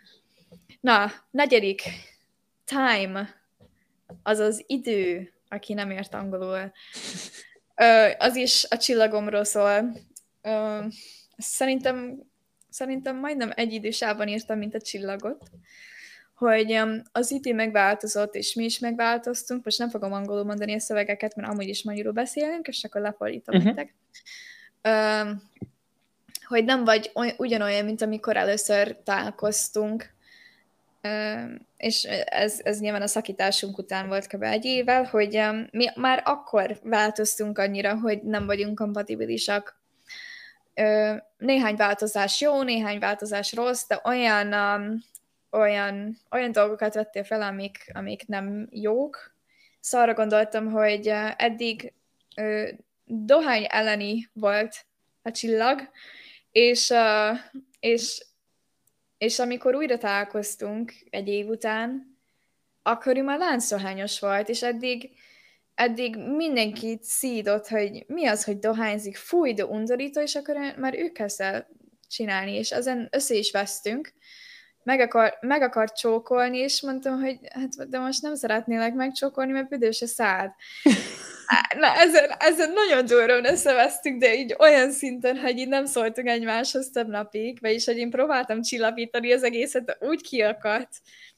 Na, negyedik. Time. Azaz idő, aki nem ért angolul. Uh, az is a csillagomról szól. Uh, szerintem, szerintem majdnem egy idősában írtam, mint a csillagot. Hogy um, az idő megváltozott, és mi is megváltoztunk. Most nem fogom angolul mondani a szövegeket, mert amúgy is magyarul beszélünk, és akkor lefordítom Uh-huh. nektek. Um, hogy nem vagy oly- ugyanolyan, mint amikor először találkoztunk. Um, és ez, ez nyilván a szakításunk után volt kb. Egy évvel, hogy um, mi már akkor változtunk annyira, hogy nem vagyunk kompatibilisak. Uh, néhány változás jó, néhány változás rossz, de olyan... Um, Olyan, olyan dolgokat vettél fel, amik, amik nem jók. Szóval arra gondoltam, hogy uh, eddig uh, dohány elleni volt a csillag, és, uh, és, és amikor újra találkoztunk egy év után, akkor ő már láncdohányos volt, és eddig, eddig mindenkit szídott, hogy mi az, hogy dohányzik, fúj, de undorító, és akkor már ő kezdte csinálni, és ezen össze is vesztünk. Meg, akar, meg akart csókolni, és mondtam, hogy hát, de most nem szeretnélek megcsókolni, mert büdös a szád. Na, ezen, ezen nagyon durván összevesztünk, de így olyan szinten, hogy így nem szóltunk egymáshoz több napig, vagyis, hogy én próbáltam csillapítani az egészet, de úgy kiakadt.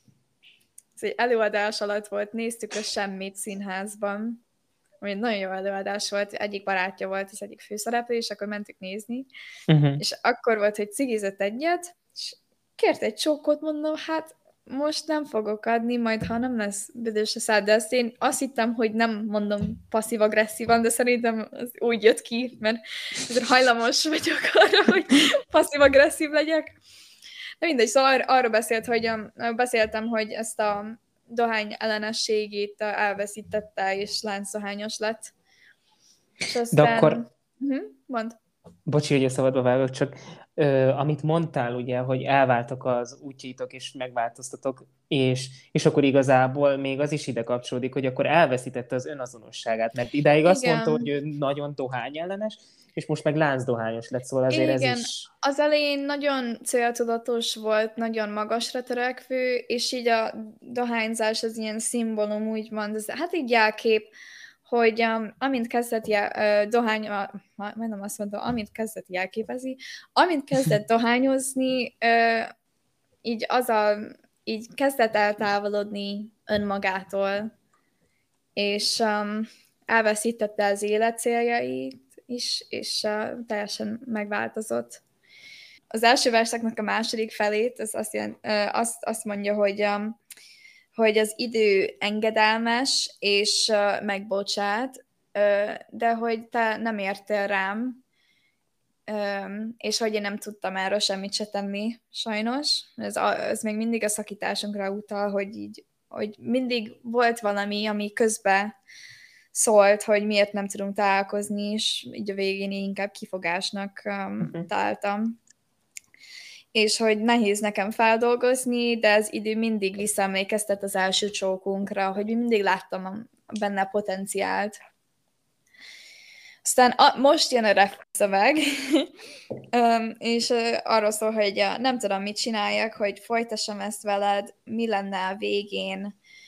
Ez egy előadás alatt volt, néztük a Semmit színházban, ami egy nagyon jó előadás volt, egyik barátja volt az egyik főszereplő, és akkor mentük nézni, Uh-huh. és akkor volt, hogy cigizett egyet, és kért egy csókot, mondom, hát most nem fogok adni, majd ha nem lesz büdös a szád, de azt én azt hittem, hogy nem mondom passzív-agresszívan, de szerintem az úgy jött ki, mert azért hajlamos vagyok arra, hogy passzív-agresszív legyek. De mindegy, szóval ar- arról beszélt, hogy um, beszéltem, hogy ezt a dohány ellenességét elveszítette, és láncdohányos lett. És aztán... De akkor, Uh-huh, mondd. bocsi, hogy a szabadba vágok, csak ö, amit mondtál, ugye, hogy elváltak az útjaitok, és megváltoztatok, és, és akkor igazából még az is ide kapcsolódik, hogy akkor elveszítette az önazonosságát, mert idáig azt Igen. mondta, hogy ő nagyon dohányellenes, és most meg láncdohányos lett, szóval azért Igen. ez is... Az elején nagyon céltudatos volt, nagyon magasra törekvő, és így a dohányzás az ilyen szimbólum, úgymond, ez, hát így jelkép, hogy um, amint kezdett jel, uh, dohány, uh, majdnem azt mondom, amint kezdett jelképezi, amint kezdett dohányozni, uh, így az a, így kezdett eltávolodni önmagától, és um, elveszítette az élet céljait is, és uh, teljesen megváltozott. Az első verseknek a második felét, az azt, jelent, uh, azt, azt mondja, hogy, um, hogy az idő engedelmes, és uh, megbocsát, uh, de hogy te nem értél rám, um, és hogy én nem tudtam erről semmit se tenni, sajnos. Ez, a, ez még mindig a szakításunkra utal, hogy így, hogy mindig volt valami, ami közben szólt, hogy miért nem tudunk találkozni, és így a végén inkább kifogásnak um, Uh-huh. találtam. És hogy nehéz nekem feldolgozni, de az idő mindig visszaemlékeztet az első csókunkra, hogy mindig láttam benne potenciált. Aztán a, most jön a rap szöveg, um, és uh, arról szól, hogy uh, nem tudom, mit csináljak, hogy folytassam ezt veled, mi lenne a végén,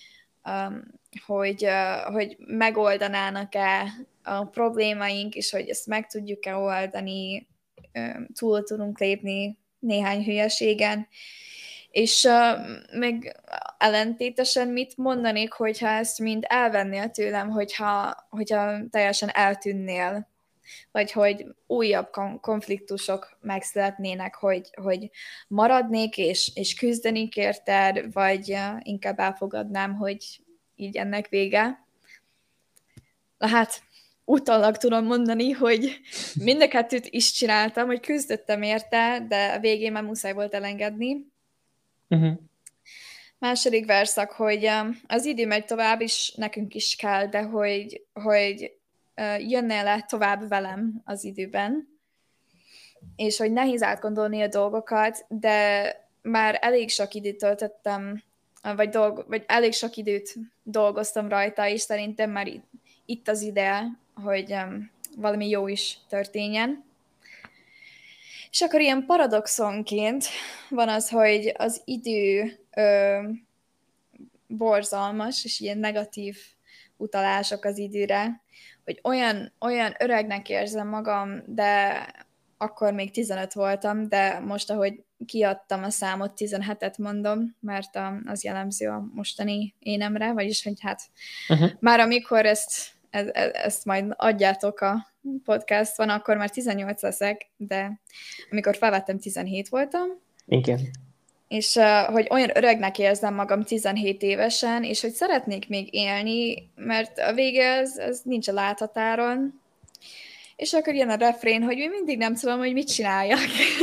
um, hogy, uh, hogy megoldanának-e a problémáink, és hogy ezt meg tudjuk-e oldani, um, túl tudunk lépni néhány hülyeségen. És uh, még ellentétesen mit mondanék, hogyha ezt mind elvennél tőlem, hogyha, hogyha teljesen eltűnnél, vagy hogy újabb konfliktusok megszületnének, hogy, hogy maradnék és, és küzdenék érted, vagy inkább elfogadnám, hogy így ennek vége. Hát utólag tudom mondani, hogy mind a kettőt is csináltam, hogy küzdöttem érte, de a végén már muszáj volt elengedni. Uh-huh. Második verszak, hogy az idő megy tovább, és nekünk is kell, de hogy, hogy jönne le tovább velem az időben, és hogy nehéz átgondolni a dolgokat, de már elég sok időt töltöttem, vagy, dolg, vagy elég sok időt dolgoztam rajta, és szerintem már itt az ideje, hogy um, valami jó is történjen. És akkor ilyen paradoxonként van az, hogy az idő ö, borzalmas, és ilyen negatív utalások az időre, hogy olyan, olyan öregnek érzem magam, de akkor még tizenöt voltam, de most, ahogy kiadtam a számot, tizenhetet mondom, mert az jellemző a mostani énemre, vagyis, hogy hát uh-huh. már amikor ezt, ez, ezt majd adjátok a podcast van, akkor már tizennyolc leszek, de amikor felvettem, tizenhét voltam. Igen. És uh, hogy olyan öregnek érzem magam tizenhét évesen, és hogy szeretnék még élni, mert a vége ez, ez nincs a láthatáron. És akkor jön a refrén, hogy még mindig nem tudom, hogy mit csináljak.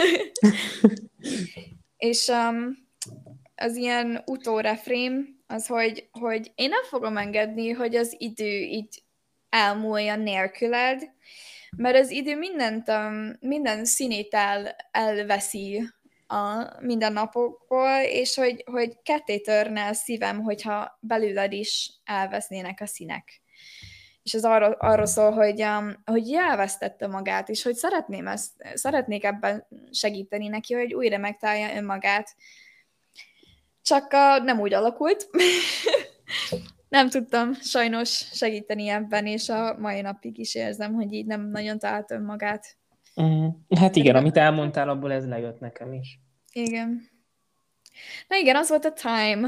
És um, az ilyen utórefrén az, hogy, hogy én nem fogom engedni, hogy az idő így elmúljon nélküled, mert az idő mindent, um, minden színét el, elveszi a mindennapokból, és hogy, hogy ketté törne a szívem, hogyha belőled is elvesznének a színek. És ez arról, arról szól, hogy, um, hogy elvesztette magát, és hogy szeretném ezt, szeretnék ebben segíteni neki, hogy újra megtalálja önmagát. Csak uh, nem úgy alakult. Nem tudtam sajnos segíteni ebben, és a mai napig is érzem, hogy így nem nagyon talált önmagát. Mm, hát igen, amit elmondtál, abból ez lejött nekem is. Igen. Na igen, az volt a time.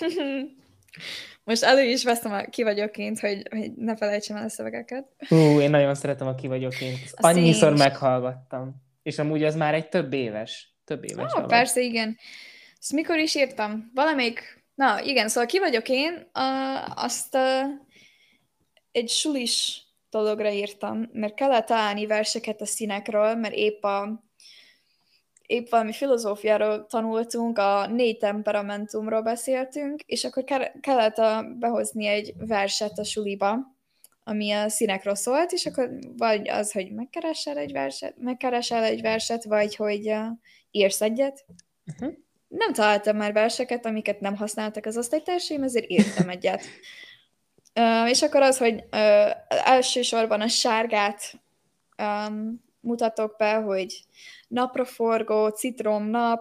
Most elő is veszem a ki vagyokként, hogy, hogy ne felejtsem el a szövegeket. Hú, én nagyon szeretem a ki vagyokként. Annyiszor meghallgattam. És amúgy az már egy több éves. Több éves. Ah, persze, igen. Ezt mikor is írtam? Valamelyik... Na, igen, szóval ki vagyok én, uh, azt uh, egy sulis dologra írtam, mert kellett találni verseket a színekről, mert épp a épp valami filozófiáról tanultunk, a négy temperamentumról beszéltünk, és akkor kellett a, behozni egy verset a suliba, ami a színekről szólt, és akkor vagy az, hogy megkeresel egy verset, megkeresel egy verset, vagy hogy uh, írsz egyet. Uh-huh. Nem találtam már verseket, amiket nem használtak az osztálytársaim, ezért írtam egyet. Uh, és akkor az, hogy uh, elsősorban a sárgát um, mutatok be, hogy napraforgó, citromnap,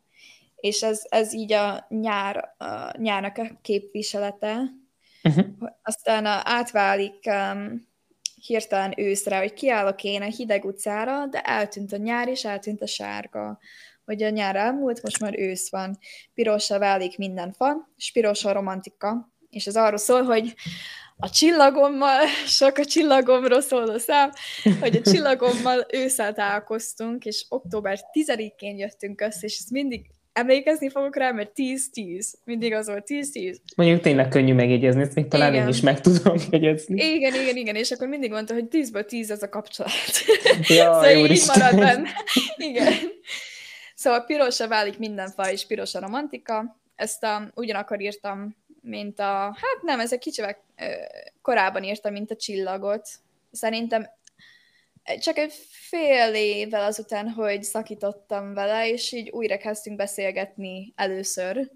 és ez, ez így a nyár, a nyárnak a képviselete. Uh-huh. Aztán átválik um, hirtelen őszre, hogy kiállok én a hideg utcára, de eltűnt a nyár, és eltűnt a sárga. Hogy a nyár elmúlt, most már ősz van. Pirosra válik minden fa, és piros a romantika. És ez arról szól, hogy a csillagommal, sok a csillagomról szóló szám, hogy a csillagommal ősszel találkoztunk, és október tizedikén jöttünk össze, és ezt mindig emlékezni fogok rá, mert tíz-tíz. Mindig az volt tíz-tíz. Mondjuk tényleg könnyű megjegyezni, ezt még talán igen. Én is meg tudom jegyezni. Igen, igen, igen, és akkor mindig mondta, hogy tízből tíz ez a kapcsolat. Ja, szóval így marad benne. Igen. Szóval pirosra válik minden fa, és piros a romantika. Ezt a, ugyanakkor írtam, mint a... Hát nem, ez egy kicsivel korábban írtam, mint a csillagot. Szerintem csak egy fél évvel azután, hogy szakítottam vele, és így újra kezdtünk beszélgetni először.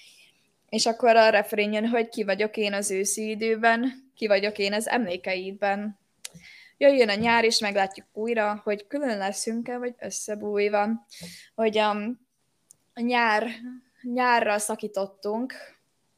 És akkor a refrén jön, hogy ki vagyok én az őszi időben, ki vagyok én az emlékeidben. Jöjjön a nyár, és meglátjuk újra, hogy külön leszünk-e, vagy összebújva. Hogy um, a nyár, nyárra szakítottunk,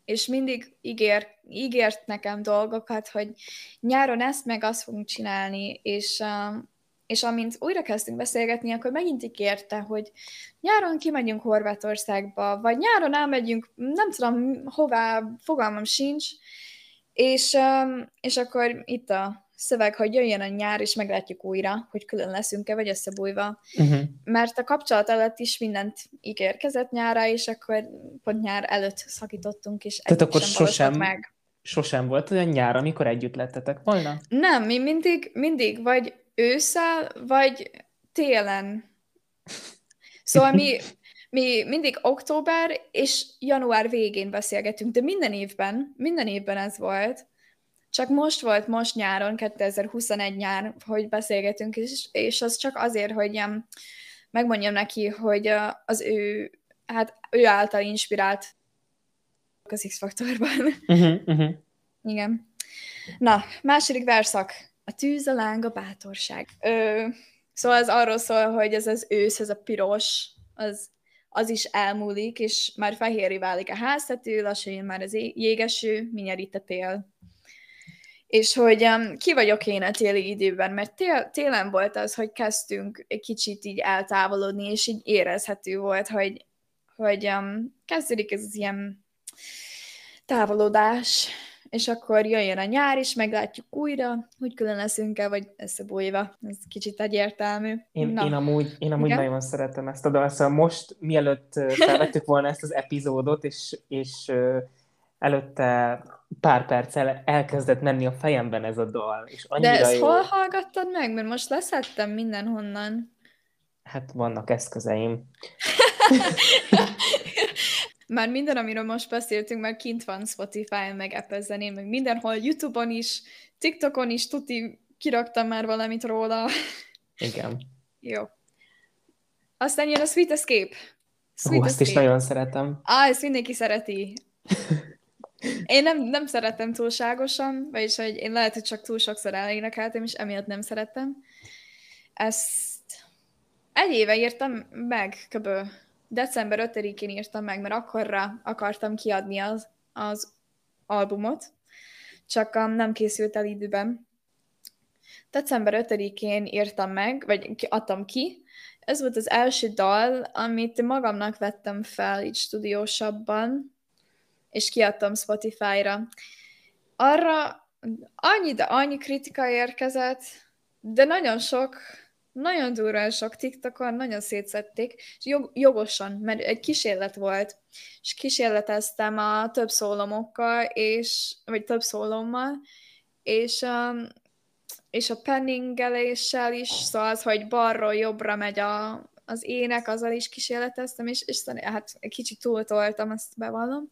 és mindig ígér, ígért nekem dolgokat, hogy nyáron ezt meg azt fogunk csinálni, és, uh, és amint újra kezdtünk beszélgetni, akkor megint ígérte, hogy nyáron kimegyünk Horvátországba, vagy nyáron elmegyünk, nem tudom hová, fogalmam sincs, és, um, és akkor itt a szöveg, hogy jöjjön a nyár, és meglátjuk újra, hogy külön leszünk-e, vagy összebújva. Uh-huh. Mert a kapcsolat előtt is mindent ígérkezett nyárra, és akkor pont nyár előtt szakítottunk, és tehát akkor sem sosem, meg. Sosem volt olyan nyár, amikor együtt lettetek volna? Nem, mi mindig, mindig vagy ősszel, vagy télen. Szóval mi, mi mindig október és január végén beszélgetünk, de minden évben, minden évben ez volt. Csak most volt, most nyáron, kétezer-huszonegy nyár, hogy beszélgetünk, és, és az csak azért, hogy um, megmondjam neki, hogy uh, az ő, hát ő által inspirált az X-faktorban. Uh-huh, uh-huh. Igen. Na, második verszak. A tűz, a láng, a bátorság. Ö, szóval ez arról szól, hogy ez az ősz, ez a piros, az, az is elmúlik, és már fehérré válik a háztető, lassan jön már az jégeső, mindjárt itt a tél. És hogy um, ki vagyok én a téli időben, mert tél, télen volt az, hogy kezdtünk egy kicsit így eltávolodni, és így érezhető volt, hogy, hogy um, kezdődik ez az ilyen távolodás, és akkor jöjjön a nyár, és meglátjuk újra, hogy külön leszünk-e, vagy összebújva. Ez kicsit egyértelmű. Én, én amúgy, én amúgy nagyon szeretem ezt a dalt, szóval most, mielőtt felvettük volna ezt az epizódot, és, és előtte pár perccel elkezdett menni a fejemben ez a dal. És de ezt jó. hol hallgattad meg? Mert most leszettem mindenhonnan. Hát vannak eszközeim. Már minden, amiről most beszéltünk, már kint van Spotify-on, meg Apple zenén, meg mindenhol, YouTube-on is, TikTokon is, tuti, kiraktam már valamit róla. Igen. Jó. Aztán jön a Sweet Escape. Sweet Hú, Escape. Azt is nagyon szeretem. Á, ezt mindenki szereti. Én nem, nem szeretem túlságosan, vagyis hogy én lehet, hogy csak túl sokszor elénekeltem, és emiatt nem szeretem. Ezt egy éve írtam meg, kb. december ötödikén írtam meg, mert akkorra akartam kiadni az, az albumot, csak um, nem készült el időben. december ötödikén írtam meg, vagy adtam ki. Ez volt az első dal, amit magamnak vettem fel így stúdiósabban, és kiadtam Spotify-ra. Arra annyi, de annyi kritika érkezett, de nagyon sok, nagyon durván sok TikTokon nagyon szétszették, és jog, jogosan, mert egy kísérlet volt, és kísérleteztem a több szólomokkal, és, vagy több szólommal, és, um, és a penningeléssel is, szóval az, hogy balról jobbra megy a, az ének, azzal is kísérleteztem, és, és hát kicsit túltoltam, ezt bevallom.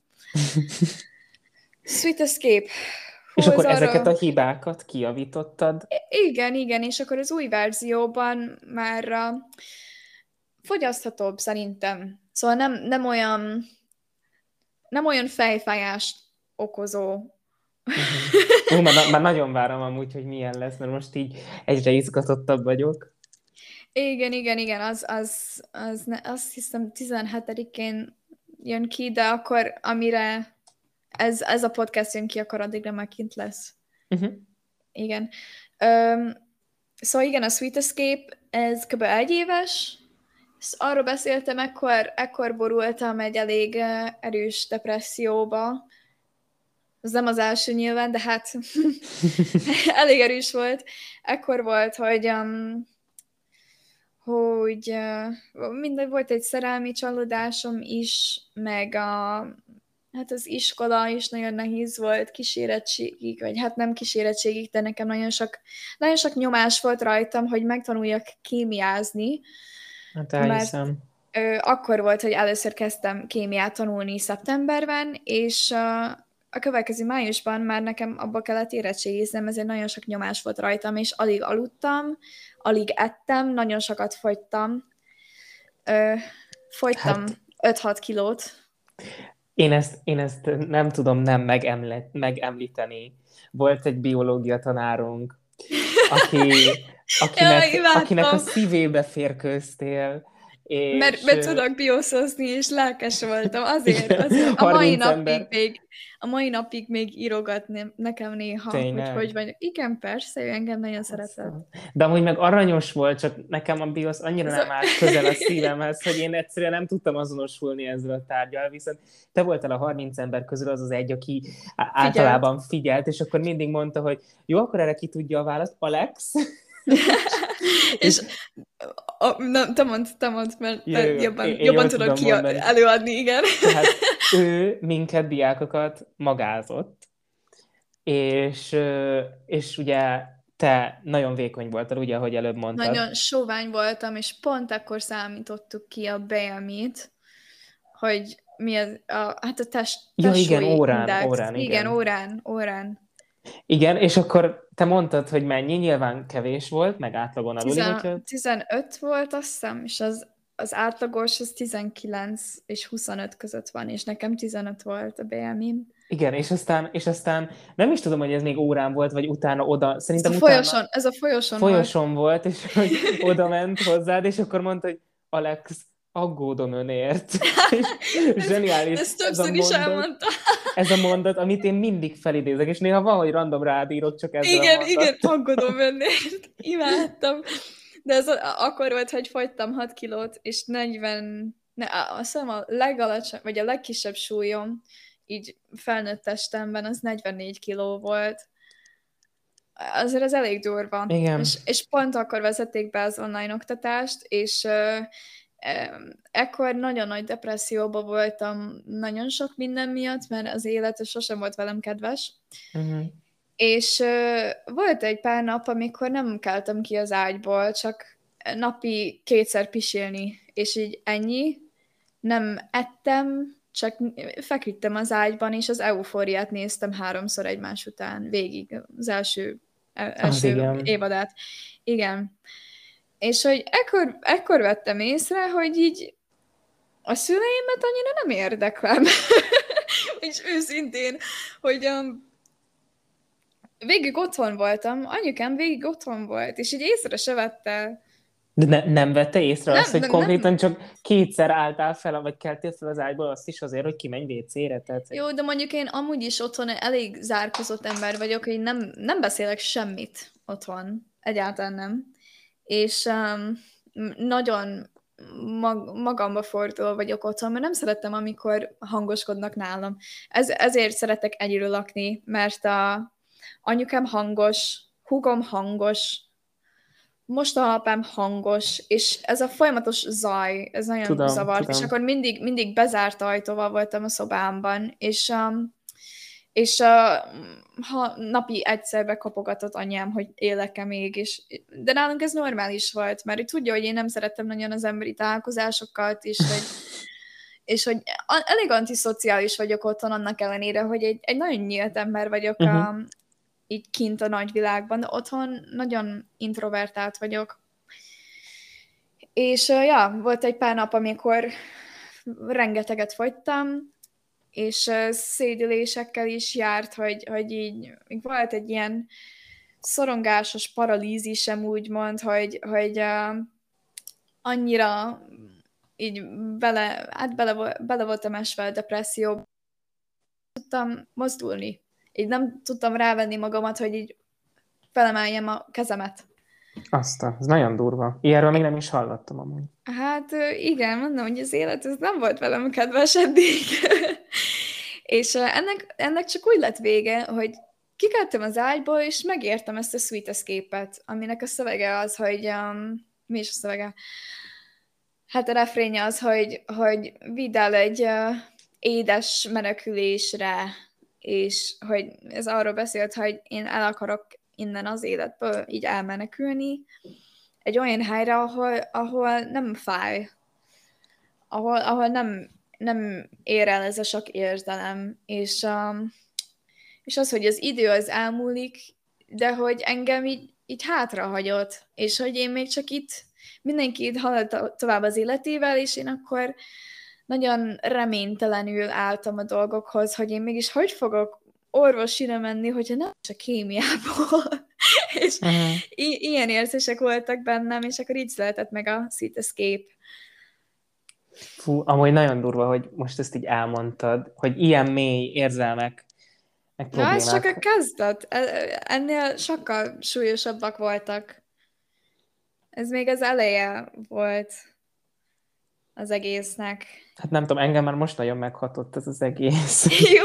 Sweet Escape. És akkor arra... ezeket a hibákat kijavítottad? Igen, igen, és akkor az új verzióban már uh, fogyaszthatóbb szerintem. Szóval nem, nem olyan nem olyan fejfájást okozó. Uh-huh. Ú, már, már nagyon várom amúgy, hogy milyen lesz, mert most így egyre izgatottabb vagyok. Igen, igen, igen, az, az, az ne, azt hiszem tizenhetedikén jön ki, de akkor amire ez, ez a podcast jön ki, akkor addigra már kint lesz. Uh-huh. Igen. Um, szóval igen, a Sweet Escape, ez kb. Egy éves. Ezt arról beszéltem, ekkor, ekkor borultam egy elég uh, erős depresszióba. Ez nem az első nyilván, de hát elég erős volt. Ekkor volt, hogy um, hogy uh, minden volt egy szerelmi csalódásom is, meg a hát az iskola is nagyon nehéz volt kísérettségig, vagy hát nem kísérettségig, de nekem nagyon sok, nagyon sok nyomás volt rajtam, hogy megtanuljak kémiázni. Hát elhiszem. Mert ö, akkor volt, hogy először kezdtem kémiát tanulni szeptemberben, és ö, a következő májusban már nekem abba kellett érettségiznem, ezért nagyon sok nyomás volt rajtam, és alig aludtam, alig ettem, nagyon sokat fogytam. Ö, fogytam hát... öt-hat kilót. Én ezt, én ezt nem tudom nem megemle, megemlíteni. Volt egy biológia tanárunk, aki, akinek, Jaj, akinek a szívébe férkőztél, És... Mert, mert tudok bioszozni, és lelkes voltam. Azért, Igen, azért a mai napig ember. még, a mai napig még írogat nekem néha, Tényleg? hogy hogy vagy. Igen, persze, ő engem nagyon Aztán. szeretett. De amúgy meg aranyos volt, csak nekem a BIOS annyira Ez nem a- állt közel a szívemhez, hogy én egyszerűen nem tudtam azonosulni ezzel a tárgyal, viszont te voltál a harminc ember közül az az egy, aki á- általában figyelt, és akkor mindig mondta, hogy jó, akkor erre ki tudja a választ, Alex? És a, nem, te mondd, te mondd, mert Jó, te jó, jó. jobban, Én- én jobban jól tudod tudom ki mondani. előadni, igen. Tehát ő minket, diákokat magázott, és, ö, és ugye te nagyon vékony voltál, ugye, ahogy előbb mondtad. Nagyon sovány voltam, és pont akkor számítottuk ki a bé em i-t, hogy mi az, a, hát a test, Ja, igen, testsúly órán, index. órán, igen. igen. órán, órán. Igen, és akkor te mondtad, hogy mennyi, nyilván kevés volt, meg átlagon aluli, Tizen, hogyha... tizenöt volt, azt hiszem, és az, az átlagos az tizenkilenc és huszonöt között van, és nekem tizenöt volt a bé em i-m. Igen, és aztán, és aztán nem is tudom, hogy ez még órán volt, vagy utána oda, Ez szerintem a utána folyoson, ez a folyoson, volt. folyoson volt, és hogy oda ment hozzád, és akkor mondta, hogy Alex, aggódom önért. És zseniális Ezt ez a többször is mondat. elmondta. Ez a mondat, amit én mindig felidézek, és néha van, hogy random rádírok csak ezzel Igen, a igen, mondattal. aggódom önért. Imádtam. De ez a, akkor volt, hogy fogytam hat kilót, és negyven, ne, azt hiszem a legalacsony, vagy a legkisebb súlyom, így felnőtt testemben, az negyvennégy kiló volt. Azért ez elég durva. Igen. És, és pont akkor vezették be az online oktatást, és uh, ekkor nagyon nagy depresszióban voltam nagyon sok minden miatt, mert az élet sosem volt velem kedves. Uh-huh. És uh, volt egy pár nap, amikor nem keltem ki az ágyból, csak napi kétszer pisilni, és így ennyi. Nem ettem, csak feküdtem az ágyban, és az eufóriát néztem háromszor egymás után, végig, az első, első igen. évadát. Igen. És hogy ekkor, ekkor vettem észre, hogy így a szüleimet annyira nem érdeklem. És őszintén, hogy um, végig otthon voltam, anyukám végig otthon volt, és így észre se vette. De ne, nem vette észre Nem, azt, hogy nem, konkrétan nem. csak kétszer álltál fel, vagy keltél fel az ágyból, azt is azért, hogy kimenj vécére? Tehát... Jó, de mondjuk én amúgy is otthon elég zárkozott ember vagyok, hogy nem, nem beszélek semmit otthon. Egyáltalán nem. És um, nagyon mag, magamba forduló vagyok otthon, mert nem szeretem, amikor hangoskodnak nálam. Ez, ezért szeretek egyről lakni, mert a anyukám hangos, húgom hangos, most a apám hangos, és ez a folyamatos zaj, ez nagyon tudom, zavart, tudom. és akkor mindig, mindig bezárt ajtóval voltam a szobámban, és, um, és uh, ha napi egyszer bekapogatott anyám, hogy élek-e még, és, de nálunk ez normális volt, mert ő tudja, hogy én nem szerettem nagyon az emberi találkozásokat, és hogy, és hogy elég antiszociális vagyok otthon, annak ellenére, hogy egy, egy nagyon nyílt ember vagyok uh-huh. a, így kint a nagyvilágban, de otthon nagyon introvertált vagyok. És uh, ja, volt egy pár nap, amikor rengeteget fogytam, és uh, szédülésekkel is járt, hogy, hogy így volt egy ilyen szorongásos paralízisem, úgymond, hogy, hogy uh, annyira így bele, hát bele, bele voltam esve a depresszióba. Tudtam mozdulni. Így nem tudtam rávenni magamat, hogy így felemeljem a kezemet. Azt, ez nagyon durva. Ilyenről még nem is hallottam amúgy. Hát igen, mondom, hogy az élet ez nem volt velem kedves eddig. És ennek, ennek csak úgy lett vége, hogy kikeltem az ágyból, és megértem ezt a Sweet Escape-et, aminek a szövege az, hogy... Um, mi is a szövege? Hát a refrénye az, hogy, hogy vidd el egy uh, édes menekülésre, és hogy ez arról beszélt, hogy én el akarok innen az életből így elmenekülni egy olyan helyre, ahol, ahol nem fáj, ahol, ahol nem, nem ér el ez a sok érzelem, és, um, és az, hogy az idő az elmúlik, de hogy engem így, így hátrahagyott, és hogy én még csak itt, mindenki itt halad tovább az életével, és én akkor nagyon reménytelenül álltam a dolgokhoz, hogy én mégis hogy fogok orvosira menni, hogyha nem csak kémiából. És uh-huh. i- ilyen érzések voltak bennem, és akkor így született meg a Sweet Escape. Fú, amúgy nagyon durva, hogy most ezt így elmondtad, hogy ilyen mély érzelmek, meg Na, ez csak a problémák. kezdet. E- Ennél sokkal súlyosabbak voltak. Ez még az eleje volt az egésznek. Hát nem tudom, engem már most nagyon meghatott ez az egész. Jó.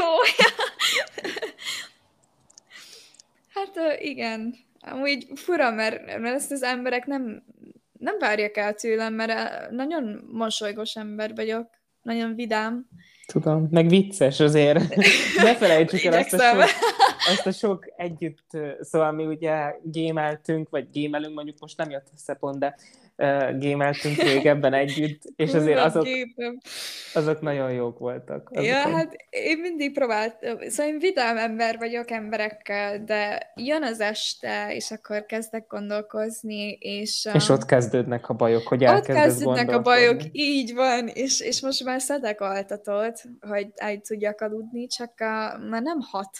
Hát ö, igen. Amúgy fura, mert, mert ezt az emberek nem, nem várják el tőlem, mert ö, nagyon mosolygós ember vagyok. Nagyon vidám. Tudom, meg vicces azért. Ne felejtsük el azt a Igyekszem. sok, azt a sok együtt, szóval mi ugye gémeltünk, vagy gémelünk, mondjuk most nem jött össze pont, de uh, gémeltünk régebben együtt, és azért Kurva azok, gépem. azok nagyon jók voltak. Azok Ja, a... hát én mindig próbáltam, szóval én vidám ember vagyok emberekkel, de jön az este, és akkor kezdek gondolkozni, és, És um, ott kezdődnek a bajok, hogy ott elkezdesz kezdődnek a bajok, gondolkodni. így van, és, és most már szedek altatót, hogy el tudjak aludni, csak uh, már nem hat.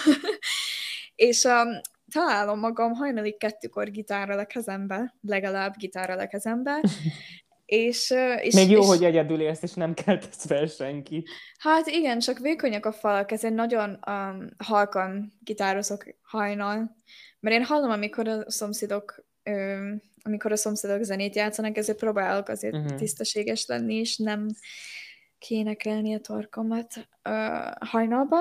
És um, találom magam hajnali kettőkor gitárral a kezembe, legalább gitárral a kezembe, és, uh, és, Még jó, és hogy egyedül élsz, és nem keltesz fel senkit. hát igen, csak vékonyak a falak, ezért nagyon um, halkan gitározok hajnal. Mert én hallom, amikor a szomszédok, ö, amikor a szomszédok zenét játszanak, ezért próbálok azért Uh-huh. tisztességes lenni, és nem kénekelni a torkomat ö, hajnalban.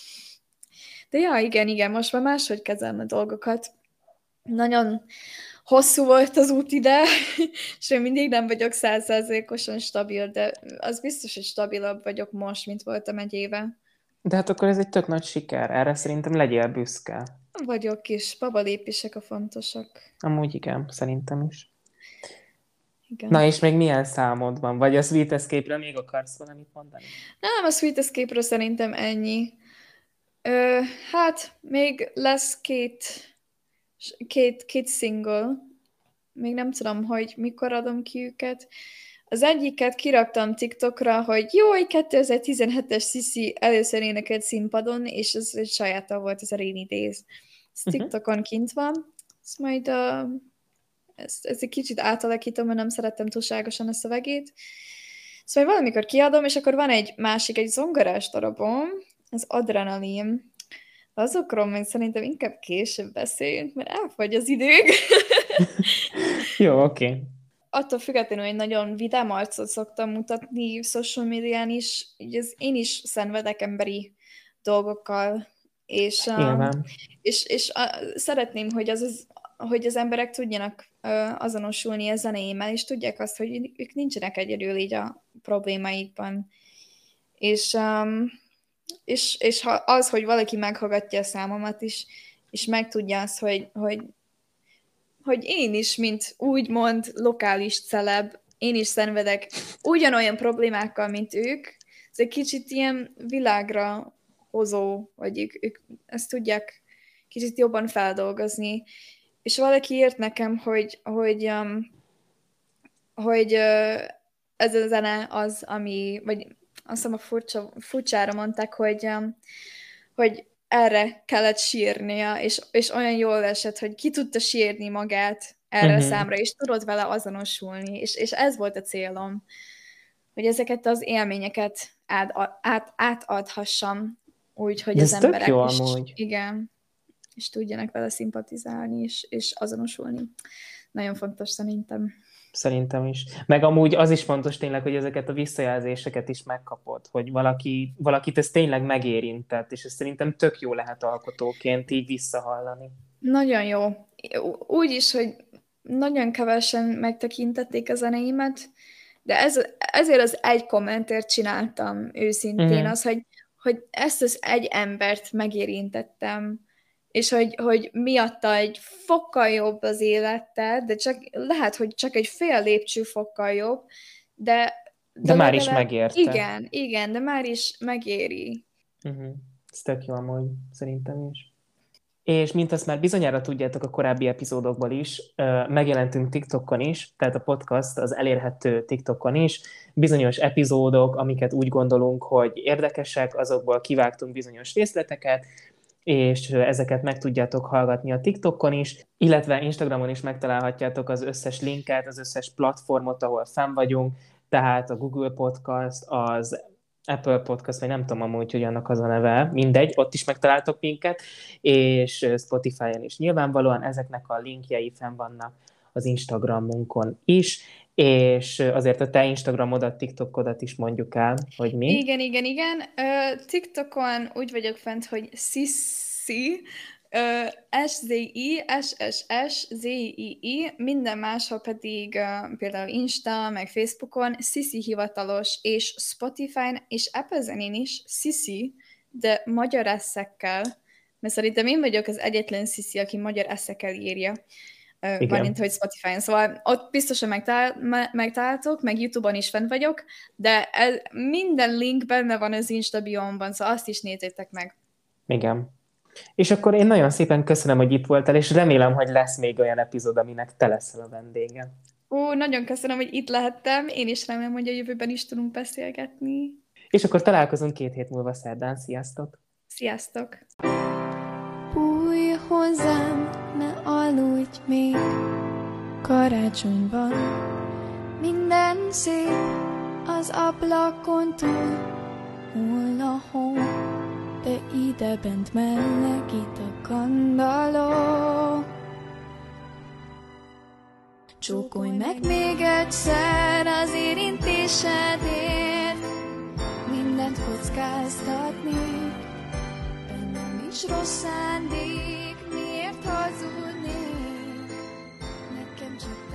De ja, igen, igen, most már máshogy kezelem a dolgokat. Nagyon hosszú volt az út ide, és én mindig nem vagyok száz százalékosan stabil, de az biztos, hogy stabilabb vagyok most, mint voltam egy éve. De hát akkor ez egy tök nagy siker. Erre szerintem legyél büszke. Vagyok is, babalépések a fontosak. Amúgy igen, szerintem is. Igen. Na és még milyen számod van? Vagy a Sweet Escape-re még akarsz valamit mondani? Nem, a Sweet Escape-ről szerintem ennyi. Ö, hát, még lesz két, két, két single. Még nem tudom, hogy mikor adom ki őket. Az egyiket kiraktam TikTokra, hogy jó, egy kétezer-tizenhetes Sisi először énekelt színpadon, és ez egy sajáta volt, ez a Rainy Days. Ez Uh-huh. TikTokon kint van. Ezt majd uh, ezt, ezt egy kicsit átalakítom, mert nem szerettem túlságosan a szövegét. Szóval valamikor kiadom, és akkor van egy másik, egy zongorás darabom, az Adrenalin. Azokról még szerintem inkább később beszéljünk, mert elfogy az idők. Jó, oké. Okay. Attól függetlenül egy nagyon vidám arcot szoktam mutatni social médián is, így az én is szenvedek emberi dolgokkal, és, um, és, és uh, szeretném, hogy az, az, hogy az emberek tudjanak uh, azonosulni a zenéimmel, és tudják azt, hogy ők nincsenek egyedül így a problémáikban. És, um, és, és ha az, hogy valaki meghallgatja a számomat is, és megtudja azt, hogy, hogy hogy én is, mint úgymond lokális celeb, én is szenvedek ugyanolyan problémákkal, mint ők. Ez egy kicsit ilyen világra hozó, vagy ők, ők ezt tudják kicsit jobban feldolgozni. És valaki írt nekem, hogy, hogy, um, hogy uh, ez a zene az, ami, vagy azt hiszem a furcsa, furcsára mondták, hogy, um, hogy erre kellett sírnia, és, és olyan jól esett, hogy ki tudta sírni magát erre uh-huh. a számra, és tudott vele azonosulni, és, és ez volt a célom, hogy ezeket az élményeket át, át, átadhassam, úgy, hogy ez az emberek jó, is, amúgy. igen, és tudjanak vele szimpatizálni, és, és azonosulni. Nagyon fontos szerintem. Szerintem is. Meg amúgy az is fontos tényleg, hogy ezeket a visszajelzéseket is megkapod, hogy valaki, valakit ez tényleg megérintett, és ez szerintem tök jó lehet alkotóként így visszahallani. Nagyon jó. Úgy is, hogy nagyon kevesen megtekintették a zeneimet, de ez, ezért az egy kommentért csináltam őszintén, uh-huh. az, hogy, hogy ezt az egy embert megérintettem, és hogy, hogy miatta egy fokkal jobb az élete, de csak lehet, hogy csak egy fél lépcsőfokkal jobb, de... De, de már is megérte. Igen, igen, de már is megéri. Uh-huh. Ez tök jó amúgy, szerintem is. És mint azt már bizonyára tudjátok a korábbi epizódokból is, megjelentünk TikTokon is, tehát a podcast az elérhető TikTokon is. Bizonyos epizódok, amiket úgy gondolunk, hogy érdekesek, azokból kivágtunk bizonyos részleteket, és ezeket meg tudjátok hallgatni a TikTokon is, illetve Instagramon is megtalálhatjátok az összes linket, az összes platformot, ahol fenn vagyunk, tehát a Google Podcast, az Apple Podcast, vagy nem tudom amúgy, hogy annak az a neve, mindegy, ott is megtaláltok minket, és Spotify-on is. Nyilvánvalóan ezeknek a linkjei fenn vannak az Instagramunkon is, és azért a te Instagramodat, TikTokodat is mondjuk el, hogy mi. Igen, igen, igen. Uh, TikTokon úgy vagyok fent, hogy Sissi, uh, S Z I, S S S, Z I I, minden máshol pedig uh, például Insta, meg Facebookon Sissi hivatalos, és Spotify-n és Apple zenén is Sissi, de magyar eszekkel, mert szerintem én vagyok az egyetlen Sissi, aki magyar eszekkel írja. Uh, mármint, hogy Spotify-on. Szóval ott biztosan megtalál, me, megtaláltok, meg YouTube-on is fent vagyok, de ez, minden link benne van az Insta biomban, szóval azt is nézzétek meg. Igen. És akkor én nagyon szépen köszönöm, hogy itt voltál, és remélem, hogy lesz még olyan epizód, aminek te leszel a vendége. Ó, nagyon köszönöm, hogy itt lehettem, én is remélem, hogy a jövőben is tudunk beszélgetni. És akkor találkozunk két hét múlva szerdán. Sziasztok! Sziasztok! Bújj hozzám, ne aludj még, karácsony van, minden szép az ablakon túl, hol a hó, de ide bent melegít a kandalló. Csókolj meg még egyszer az érintésedért, mindent kockáztatnék, bennem is rossz szándék, miért hazudnék, nekem csak